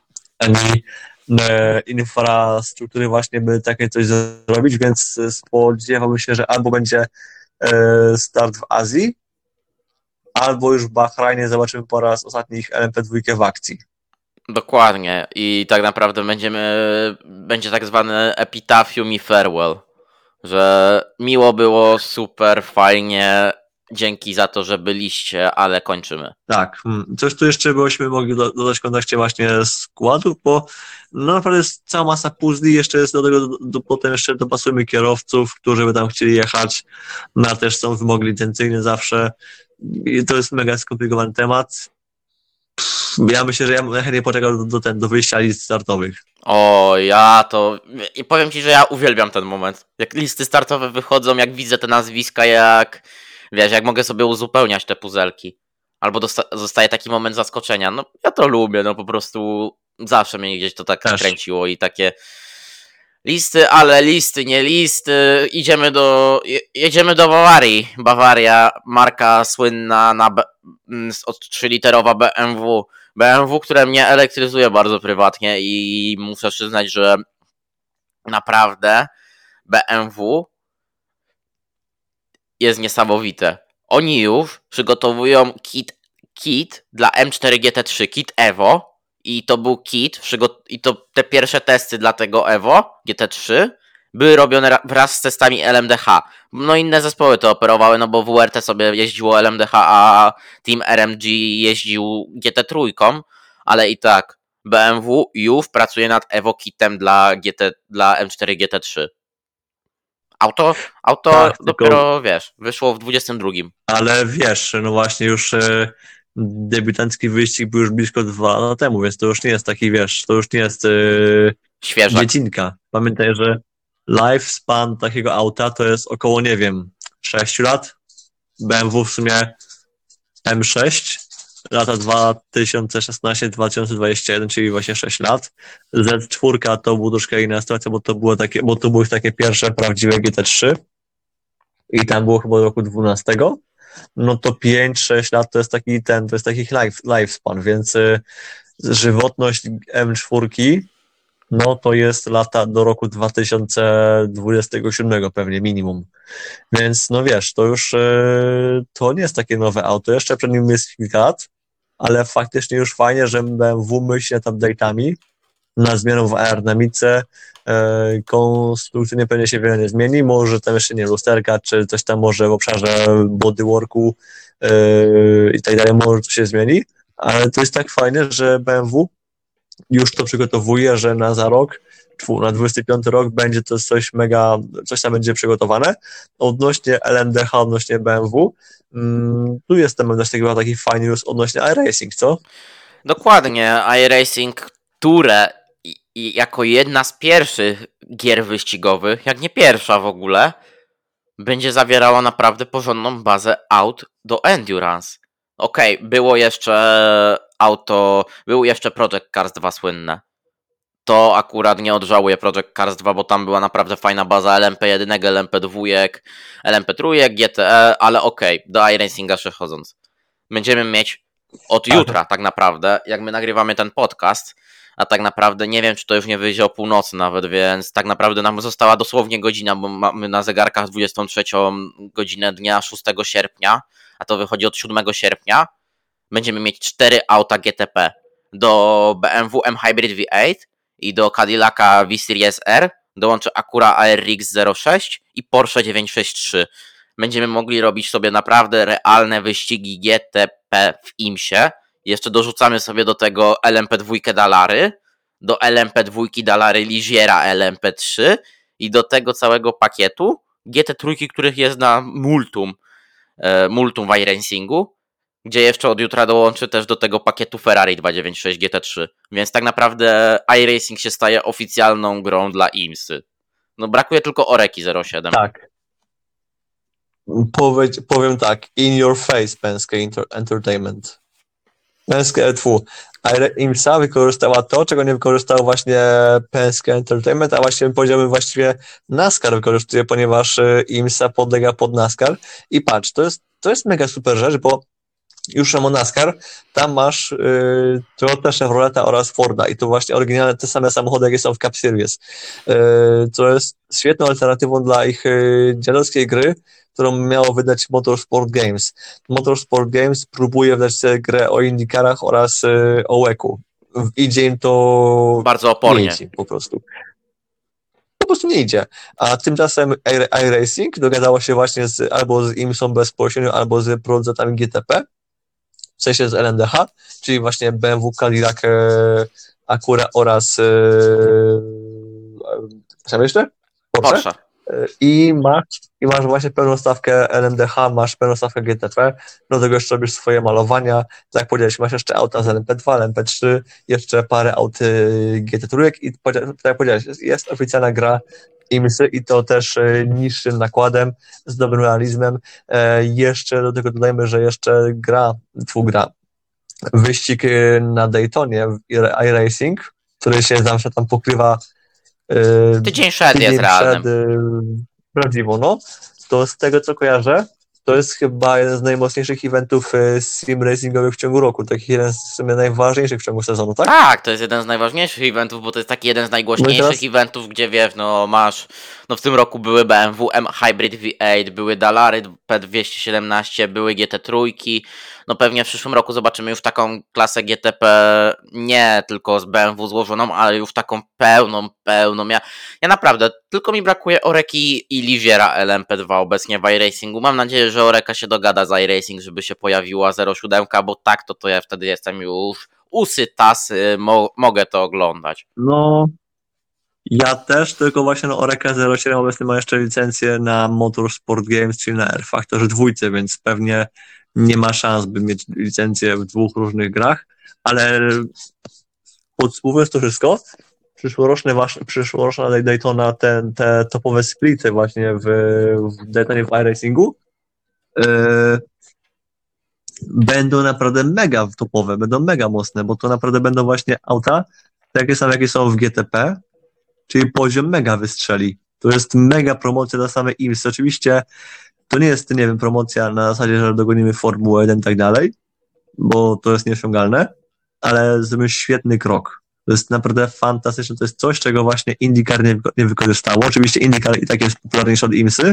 Speaker 2: infrastruktury właśnie, by takie coś zrobić, więc spodziewałbym się, że albo będzie start w Azji, albo już w Bahrajnie zobaczymy po raz ostatni ich LMP2 w akcji.
Speaker 1: Dokładnie i tak naprawdę będzie tak zwany epitafium i farewell, że miło było, super, fajnie, dzięki za to, że byliście, ale kończymy.
Speaker 2: Tak, coś tu jeszcze byśmy mogli dodać w kontekście właśnie składów, bo no naprawdę jest cała masa puzli, jeszcze jest do tego, potem jeszcze dopasujemy kierowców, którzy by tam chcieli jechać, no też są wymogi licencyjne zawsze i to jest mega skomplikowany temat. Ja myślę, że ja chętnie poczekał do wyjścia list startowych.
Speaker 1: I powiem ci, że ja uwielbiam ten moment. Jak listy startowe wychodzą, jak widzę te nazwiska, jak mogę sobie uzupełniać te puzelki. Albo zostaje taki moment zaskoczenia. No ja to lubię, no po prostu zawsze mnie gdzieś to tak kręciło i takie listy, ale listy, nie listy. Jedziemy do Bawarii. Bawaria, marka słynna od 3-literowa BMW. BMW, które mnie elektryzuje bardzo prywatnie i muszę przyznać, że naprawdę BMW jest niesamowite. Oni już przygotowują kit dla M4 GT3, kit Evo i to był kit, i to te pierwsze testy dla tego Evo GT3 były robione wraz z testami LMDH. No inne zespoły to operowały, no bo WRT sobie jeździło LMDH, a Team RMG jeździł GT3, ale i tak BMW już pracuje nad Evo kitem dla M4 GT3. Auto tak, dopiero, wyszło w 22.
Speaker 2: Ale no właśnie już debiutancki wyścig był już blisko 2 lata temu, więc to już nie jest taki, to już nie jest
Speaker 1: świeżak.
Speaker 2: Dziecinka. Pamiętaj, że lifespan takiego auta to jest około, 6 lat. BMW w sumie M6, lata 2016-2021, czyli właśnie 6 lat. Z4 to była troszkę inna sytuacja, bo to były takie pierwsze prawdziwe GT3 i tam było chyba do roku 12. No to 5-6 lat to jest taki lifespan, więc żywotność M4 no to jest lata do roku 2027 pewnie minimum. Więc no to już to nie jest takie nowe auto, jeszcze przed nim jest kilka lat, ale faktycznie już fajnie, że BMW myśli nad update'ami, nad zmianą w aerodynamice, konstrukcyjnie pewnie się wiele nie zmieni, może tam jeszcze lusterka, czy coś tam może w obszarze bodyworku i tak dalej, może to się zmieni, ale to jest tak fajne, że BMW już to przygotowuje, że za rok, na 25 rok będzie to coś tam będzie przygotowane. Odnośnie LMDH, odnośnie BMW, tu jest taki fajny news odnośnie iRacing, co?
Speaker 1: Dokładnie, iRacing, które jako jedna z pierwszych gier wyścigowych, jak nie pierwsza w ogóle, będzie zawierała naprawdę porządną bazę aut do Endurance. Okej, było jeszcze auto, był jeszcze Project Cars 2 słynne. To akurat nie odżałuję Project Cars 2, bo tam była naprawdę fajna baza LMP1, LMP2, LMP3, GTE, ale okej, do iRacinga przechodząc. Będziemy mieć od jutra tak naprawdę, jak my nagrywamy ten podcast, a tak naprawdę nie wiem, czy to już nie wyjdzie o północy nawet, więc tak naprawdę nam została dosłownie godzina, bo mamy na zegarkach 23 godzinę dnia 6 sierpnia, a to wychodzi od 7 sierpnia. Będziemy mieć 4 auta GTP do BMW M Hybrid V8 i do Cadillaca V-Series R dołączy Acura ARX 06 i Porsche 963. Będziemy mogli robić sobie naprawdę realne wyścigi GTP w IMSie. Jeszcze dorzucamy sobie do tego LMP2 Dalary, do LMP2 Dalary Ligiera LMP3 i do tego całego pakietu GT3, których jest na multum w iRacingu, gdzie jeszcze od jutra dołączy też do tego pakietu Ferrari 296 GT3. Więc tak naprawdę iRacing się staje oficjalną grą dla IMSy. No brakuje tylko Oreki 07.
Speaker 2: Tak. Powiem tak, in your face Penske Entertainment. Penske E2. IMSA wykorzystała to, czego nie wykorzystał właśnie Penske Entertainment, a właśnie powiedziałbym właściwie NASCAR wykorzystuje, ponieważ IMSA podlega pod NASCAR. I patrz, to jest mega super rzecz, bo już samo NASCAR, tam masz Toyota, Chevroleta oraz Forda i to właśnie oryginalne te same samochody, jakie są w Cup Series. To jest świetną alternatywą dla ich dziadowskiej gry, którą miało wydać Motorsport Games. Motorsport Games próbuje wydać sobie grę o IndyCarach oraz o WEC-u. Idzie im to
Speaker 1: bardzo opornie.
Speaker 2: Nie idzie, po prostu. Po prostu nie idzie. A tymczasem iRacing dogadało się właśnie albo z IMSą bezpośrednio, albo z producentami GTP, w sensie z LMDH, czyli właśnie BMW, Cadillac, Acura oraz co jeszcze?
Speaker 1: Porsche.
Speaker 2: I masz właśnie pełną stawkę LMDH, masz pełną stawkę GTP, do tego jeszcze robisz swoje malowania, tak jak powiedziałeś, masz jeszcze auta z LMP2, LMP3, jeszcze parę aut GT3 i tak jak powiedziałeś, jest oficjalna gra IMSy i to też niższym nakładem, z dobrym realizmem. Jeszcze do tego dodajmy, że jeszcze wyścig na Daytonie iRacing, który się zawsze tam pokrywa
Speaker 1: tydzień przed jest realnym.
Speaker 2: Prawdziwą, no. To z tego, co kojarzę, to jest chyba jeden z najmocniejszych eventów sim racingowych w ciągu roku. Taki jeden z w sumie najważniejszych w ciągu sezonu, tak?
Speaker 1: Tak, to jest jeden z najważniejszych eventów, bo to jest taki jeden z najgłośniejszych eventów, gdzie wiesz, masz, w tym roku były BMW M Hybrid V8, były Dalary P217, były GT3, pewnie w przyszłym roku zobaczymy już taką klasę GTP, nie tylko z BMW złożoną, ale już taką pełną. Ja naprawdę, tylko mi brakuje Oreki i Ligiera LMP2 obecnie w iRacingu. Mam nadzieję, że Oreka się dogada z iRacing, żeby się pojawiła 07, bo tak to ja wtedy jestem już usytasy, mogę to oglądać.
Speaker 2: No, ja też, tylko właśnie Oreka 07 obecnie ma jeszcze licencję na Motorsport Games, czyli na R-Factorze 2, więc pewnie nie ma szans, by mieć licencję w 2 różnych grach, ale podsumowując to wszystko, przyszłoroczna Daytona, te topowe splity właśnie w Daytonie w iRacingu będą naprawdę mega topowe, będą mega mocne, bo to naprawdę będą właśnie auta takie same, jakie są w GTP, czyli poziom mega wystrzeli. To jest mega promocja dla samej IMSy. Oczywiście to nie jest, nie wiem, promocja na zasadzie, że dogonimy Formułę 1 i tak dalej, bo to jest nieosiągalne, ale zrobimy świetny krok. To jest naprawdę fantastyczne. To jest coś, czego właśnie IndyCar nie wykorzystało. Oczywiście IndyCar i tak jest popularniejszy od IMSy,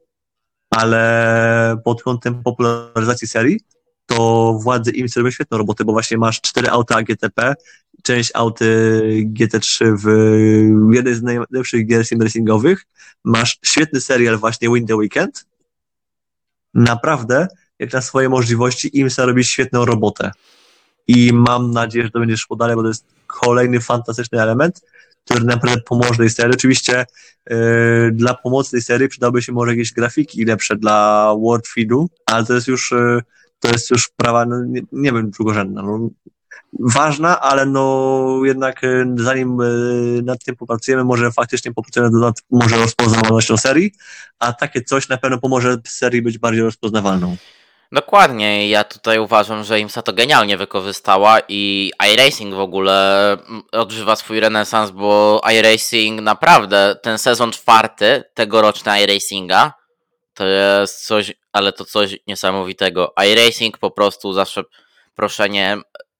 Speaker 2: ale pod kątem popularyzacji serii to władze IMSy robią świetną robotę, bo właśnie masz 4 auta GTP, część auty GT3 w jednej z najlepszych gier sim racingowych, masz świetny serial właśnie Win the Weekend. Naprawdę, jak na swoje możliwości, IMSA robi świetną robotę. I mam nadzieję, że to będzie szło dalej, bo to jest kolejny fantastyczny element, który naprawdę pomoże tej serii. Oczywiście dla pomocy tej serii przydałby się może jakieś grafiki lepsze dla World Feedu, ale to jest już sprawa, nie wiem, drugorzędna. Ważna, ale jednak zanim nad tym popracujemy, może faktycznie popracujemy nad może rozpoznawalnością serii, a takie coś na pewno pomoże serii być bardziej rozpoznawalną.
Speaker 1: Dokładnie, ja tutaj uważam, że IMSA to genialnie wykorzystała i iRacing w ogóle odżywa swój renesans, bo iRacing naprawdę, ten sezon 4 tegoroczny iRacinga to jest coś, ale to coś niesamowitego. iRacing po prostu zawsze proszeniem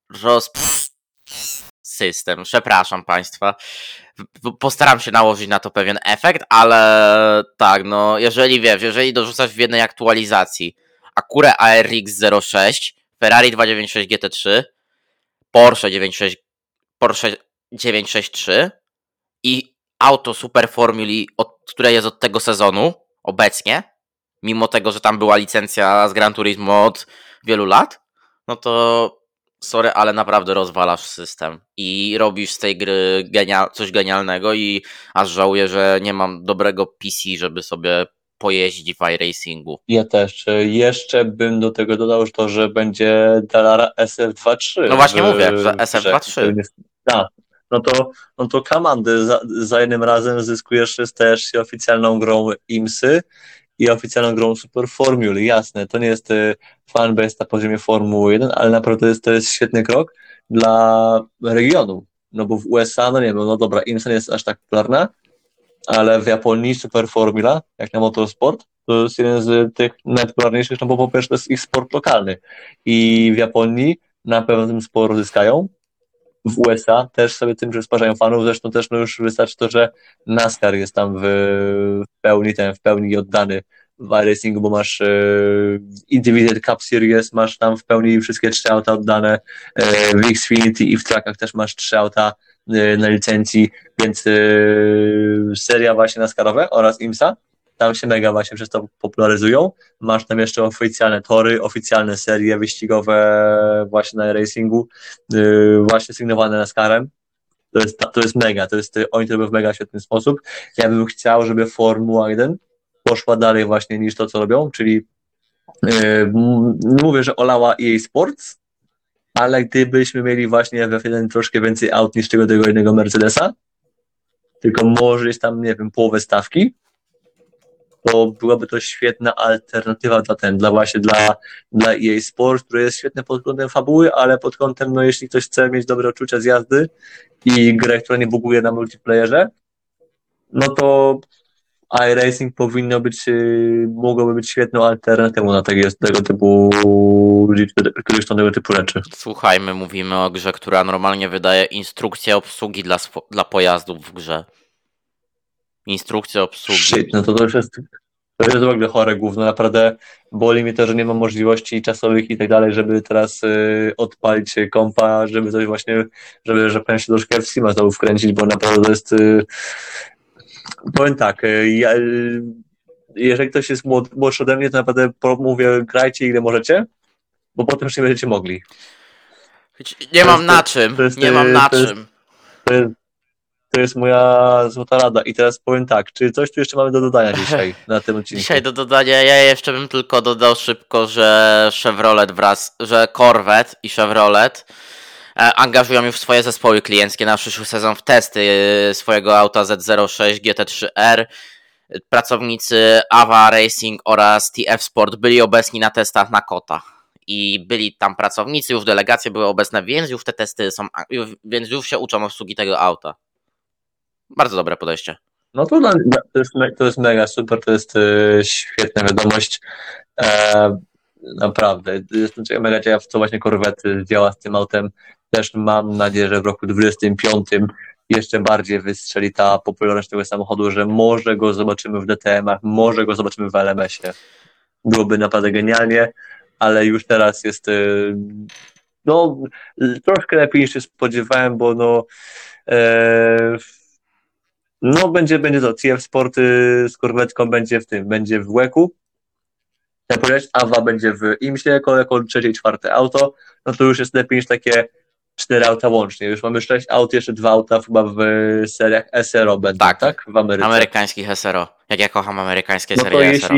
Speaker 1: system. Przepraszam Państwa. Postaram się nałożyć na to pewien efekt, ale tak, no jeżeli dorzucasz w jednej aktualizacji Acura ARX 06, Ferrari 296 GT3, Porsche 96, Porsche 963 i auto Super Formuli, które jest od tego sezonu obecnie, mimo tego, że tam była licencja z Gran Turismo od wielu lat, no to sorry, ale naprawdę rozwalasz system i robisz z tej gry coś genialnego i aż żałuję, że nie mam dobrego PC, żeby sobie pojeździć w iRacingu.
Speaker 2: Ja też. Jeszcze bym do tego dodał to, że będzie Dallara SF23.
Speaker 1: No właśnie mówię, że SF23.
Speaker 2: Tak. No to komandy za jednym razem zyskujesz też oficjalną grą IMSY i oficjalną grą Super Formuły. Jasne, to nie jest fanbase na poziomie Formuły 1, ale naprawdę to jest świetny krok dla regionu. No bo w USA, no nie wiem, no dobra, IMSA nie jest aż tak popularna, ale w Japonii Super Formula, jak na motorsport, to jest jeden z tych najpopularniejszych, no bo po pierwsze to jest ich sport lokalny i w Japonii na pewno tym sporo zyskają. W USA też sobie tym przysparzają fanów, zresztą też no już wystarczy to, że NASCAR jest tam w pełni oddany w iRacingu, bo masz Individual Cup Series, masz tam w pełni wszystkie 3 auta oddane, w Xfinity i w trackach też masz 3 auta na licencji, więc seria właśnie NASCARowe oraz IMSA, tam się mega właśnie przez to popularyzują. Masz tam jeszcze oficjalne tory, oficjalne serie wyścigowe właśnie na racingu, właśnie sygnowane NASCARem. To jest mega, oni to robią w mega świetny sposób. Ja bym chciał, żeby Formuła 1 poszła dalej właśnie niż to, co robią, czyli mówię, że olała EA Sports, ale gdybyśmy mieli właśnie w F1 troszkę więcej aut niż tego jednego Mercedesa, tylko może jest tam, nie wiem, połowę stawki, to byłaby to świetna alternatywa dla EA Sports, który jest świetny pod kątem fabuły, ale pod kątem, no jeśli ktoś chce mieć dobre odczucia z jazdy i grę, która nie buguje na multiplayerze, no to iRacing mogłoby być świetną alternatywą na tego typu ludzi, którzy chcą tego typu rzeczy.
Speaker 1: Słuchaj, my mówimy o grze, która normalnie wydaje instrukcję obsługi dla pojazdów w grze. Instrukcja obsługi.
Speaker 2: Shit, no to już jest w ogóle chore gówno, naprawdę boli mnie to, że nie mam możliwości czasowych i tak dalej, żeby teraz odpalić kompa, żeby coś właśnie, że powiem się troszkę w Steama znowu wkręcić, bo naprawdę to jest powiem tak, jeżeli ktoś jest młodszy ode mnie, to naprawdę mówię, grajcie ile możecie, bo potem już nie będziecie mogli.
Speaker 1: Nie mam na czym.
Speaker 2: To jest moja złota rada. I teraz powiem tak, czy coś tu jeszcze mamy do dodania dzisiaj na tym odcinku?
Speaker 1: Dzisiaj do dodania, ja jeszcze bym tylko dodał szybko, że że Corvette i Chevrolet angażują już swoje zespoły klienckie na przyszły sezon w testy swojego auta Z06 GT3R. Pracownicy Ava Racing oraz TF Sport byli obecni na testach na Kota. I byli tam pracownicy, już delegacje były obecne, więc już te testy są, więc już się uczą obsługi tego auta. Bardzo dobre podejście.
Speaker 2: No to jest mega super, to jest świetna wiadomość. Naprawdę. Jestem mega ciekaw, co właśnie Corvette działa z tym autem. Też mam nadzieję, że w roku 2025 jeszcze bardziej wystrzeli ta popularność tego samochodu, że może go zobaczymy w DTM-ach, może go zobaczymy w LMS-ie. Byłoby naprawdę genialnie, ale już teraz jest no troszkę lepiej niż się spodziewałem, bo będzie to TF Sport z Corvetką będzie w WEC-u. Jak powiedzieć, Awa będzie w IMSie jako trzecie i czwarte auto, no to już jest lepiej niż takie 4 auta łącznie. Już mamy 6 aut, jeszcze 2 auta chyba w seriach SRO będą, tak? W Ameryce.
Speaker 1: Amerykańskich SRO. Jak ja kocham amerykańskie serie SRO.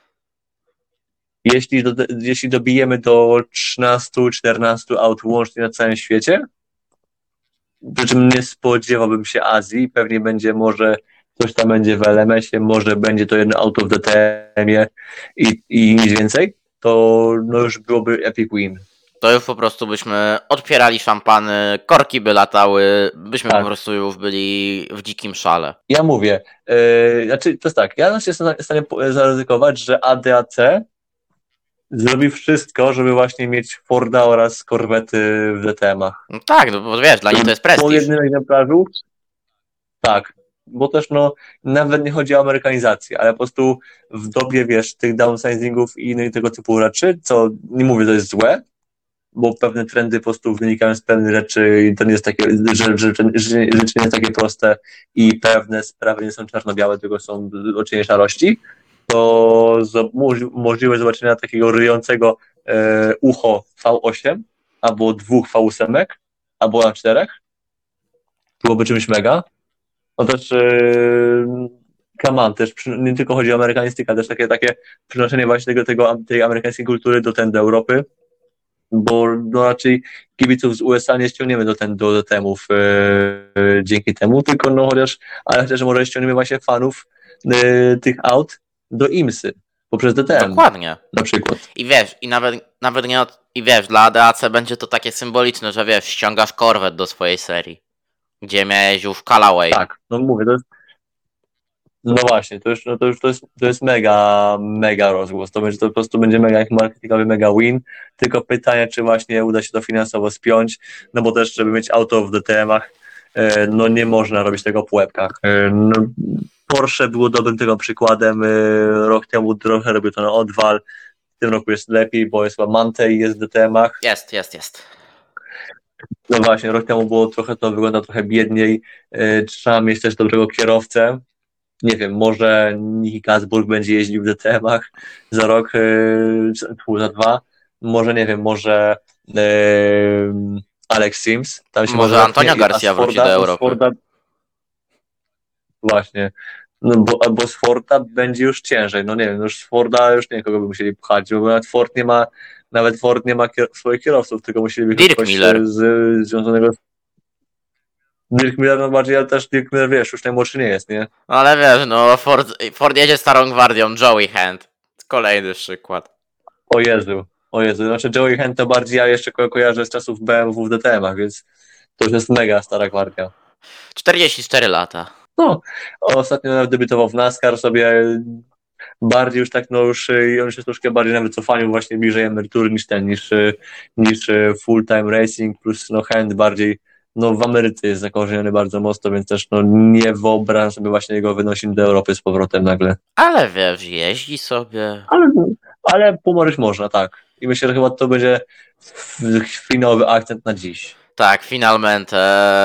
Speaker 2: Jeśli dobijemy do 13-14 aut łącznie na całym świecie, przy czym nie spodziewałbym się Azji, pewnie będzie może coś tam będzie w LMS-ie, może będzie to jedno auto w DTM-ie i nic więcej, to no już byłoby epic win.
Speaker 1: To już po prostu byśmy otwierali szampany, korki by latały, byśmy
Speaker 2: Tak.
Speaker 1: po prostu już byli w dzikim szale.
Speaker 2: Ja mówię, znaczy to jest tak, ja jestem w stanie zaryzykować, że ADAC zrobi wszystko, żeby właśnie mieć Forda oraz korwety w DTM-ach.
Speaker 1: No tak, no bo wiesz, dla nich to jest
Speaker 2: Po
Speaker 1: prestiż.
Speaker 2: jednym egzemplarzu, tak, bo też no nawet nie chodzi o amerykanizację, ale po prostu w dobie, wiesz, tych downsizingów i innych tego typu rzeczy, co nie mówię, to jest złe, bo pewne trendy po prostu wynikają z pewnych rzeczy i to nie jest takie, że rzeczy nie jest takie proste i pewne sprawy nie są czarno-białe, tylko są odcienie szarości, to możliwe zobaczenia takiego ryjącego ucho V8 albo 2 V8 albo na 4 byłoby czymś mega. No też come on, też nie tylko chodzi o amerykanistykę, też takie przynoszenie właśnie tej amerykańskiej kultury do Europy, bo no raczej kibiców z USA nie ściągniemy do DTM-ów dzięki temu, tylko no chociaż może ściągniemy właśnie fanów tych aut do IMSY poprzez DTM.
Speaker 1: Dokładnie.
Speaker 2: Na przykład.
Speaker 1: I wiesz, i nawet nie, i wiesz, dla ADAC będzie to takie symboliczne, że wiesz, ściągasz Corvette do swojej serii, gdzie miałeś już Callaway.
Speaker 2: Tak, no mówię, to jest no właśnie, to jest mega rozgłos. To po prostu będzie mega jak marketingowy mega win. Tylko pytanie, czy właśnie uda się to finansowo spiąć, no bo też, żeby mieć auto w DTM-ach, no nie można robić tego po łebkach. No, Porsche było dobrym tego przykładem. Rok temu trochę robił to na odwal. W tym roku jest lepiej, bo jest Mante i jest w DTM-ach.
Speaker 1: Jest.
Speaker 2: No właśnie, rok temu wygląda trochę biedniej. Trzeba mieć też dobrego kierowcę. Nie wiem, może Nicky Kasburg będzie jeździł w DTM-ach za rok, za 2. Może, nie wiem, może Alex Sims. Tam się
Speaker 1: może Antonio Garcia wróci do Europy.
Speaker 2: Właśnie. No bo z Forda będzie już ciężej. No nie wiem, już z Forda już nie wiem, kogo by musieli pchać, bo nawet Ford nie ma swoich kierowców, tylko musieliby
Speaker 1: Dirk
Speaker 2: kogoś
Speaker 1: Miller.
Speaker 2: związanego z Dirk Miller, no bardziej, ale też Dirk Miller, wiesz, już najmłodszy nie jest, nie?
Speaker 1: No ale wiesz, no Ford jedzie starą gwardią, Joey Hand. Kolejny przykład.
Speaker 2: O Jezu, znaczy Joey Hand to bardziej ja jeszcze kojarzę z czasów BMW w DTM-ach, więc to już jest mega stara gwardia.
Speaker 1: 44 lata.
Speaker 2: No, ostatnio nawet debiutował w NASCAR sobie, bardziej już tak, no już on się troszkę bardziej na wycofaniu, właśnie bliżej emerytury niż full-time racing, plus no Hand bardziej, no w Ameryce jest zakorzeniony bardzo mocno, więc też no nie wyobrażam sobie właśnie jego wynosiny do Europy z powrotem nagle.
Speaker 1: Ale wiesz, jeździ sobie.
Speaker 2: Ale pomaryć można, tak. I myślę, że chyba to będzie finałowy akcent na dziś.
Speaker 1: Tak, finalmente,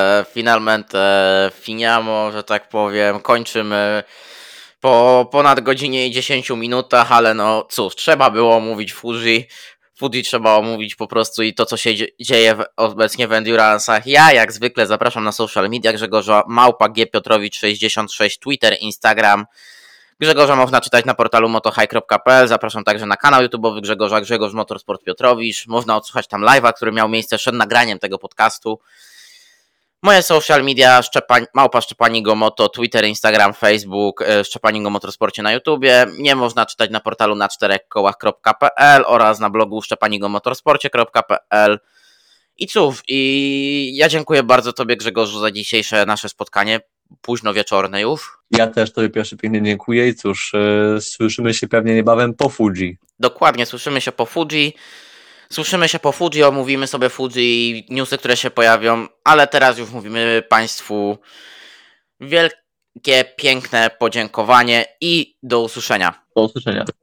Speaker 1: finiamo, że tak powiem, kończymy po ponad godzinie i 10 minutach, ale no cóż, trzeba było omówić Fuji trzeba omówić po prostu i to, co się dzieje obecnie w Endurance'ach. Ja jak zwykle zapraszam na social media Grzegorza @Gpiotrowicz66, Twitter, Instagram. Grzegorza można czytać na portalu motohigh.pl. Zapraszam także na kanał YouTube'owy Grzegorza, Grzegorz Motorsport Piotrowicz. Można odsłuchać tam live'a, który miał miejsce przed nagraniem tego podcastu. Moje social media Szczepanigo Moto, Twitter, Instagram, Facebook, Szczepanigo Motorsporcie na YouTubie. Mnie można czytać na portalu na 4kołach.pl oraz na blogu szczepanigomotorsporcie.pl. I cóż, i ja dziękuję bardzo Tobie, Grzegorzu, za dzisiejsze nasze spotkanie, późno wieczorne już.
Speaker 2: Ja też Tobie pierwszy pięknie dziękuję i cóż, słyszymy się pewnie niebawem po Fuji.
Speaker 1: Dokładnie, słyszymy się po Fuji, omówimy sobie Fuji, newsy, które się pojawią, ale teraz już mówimy Państwu wielkie, piękne podziękowanie i do usłyszenia.
Speaker 2: Do usłyszenia.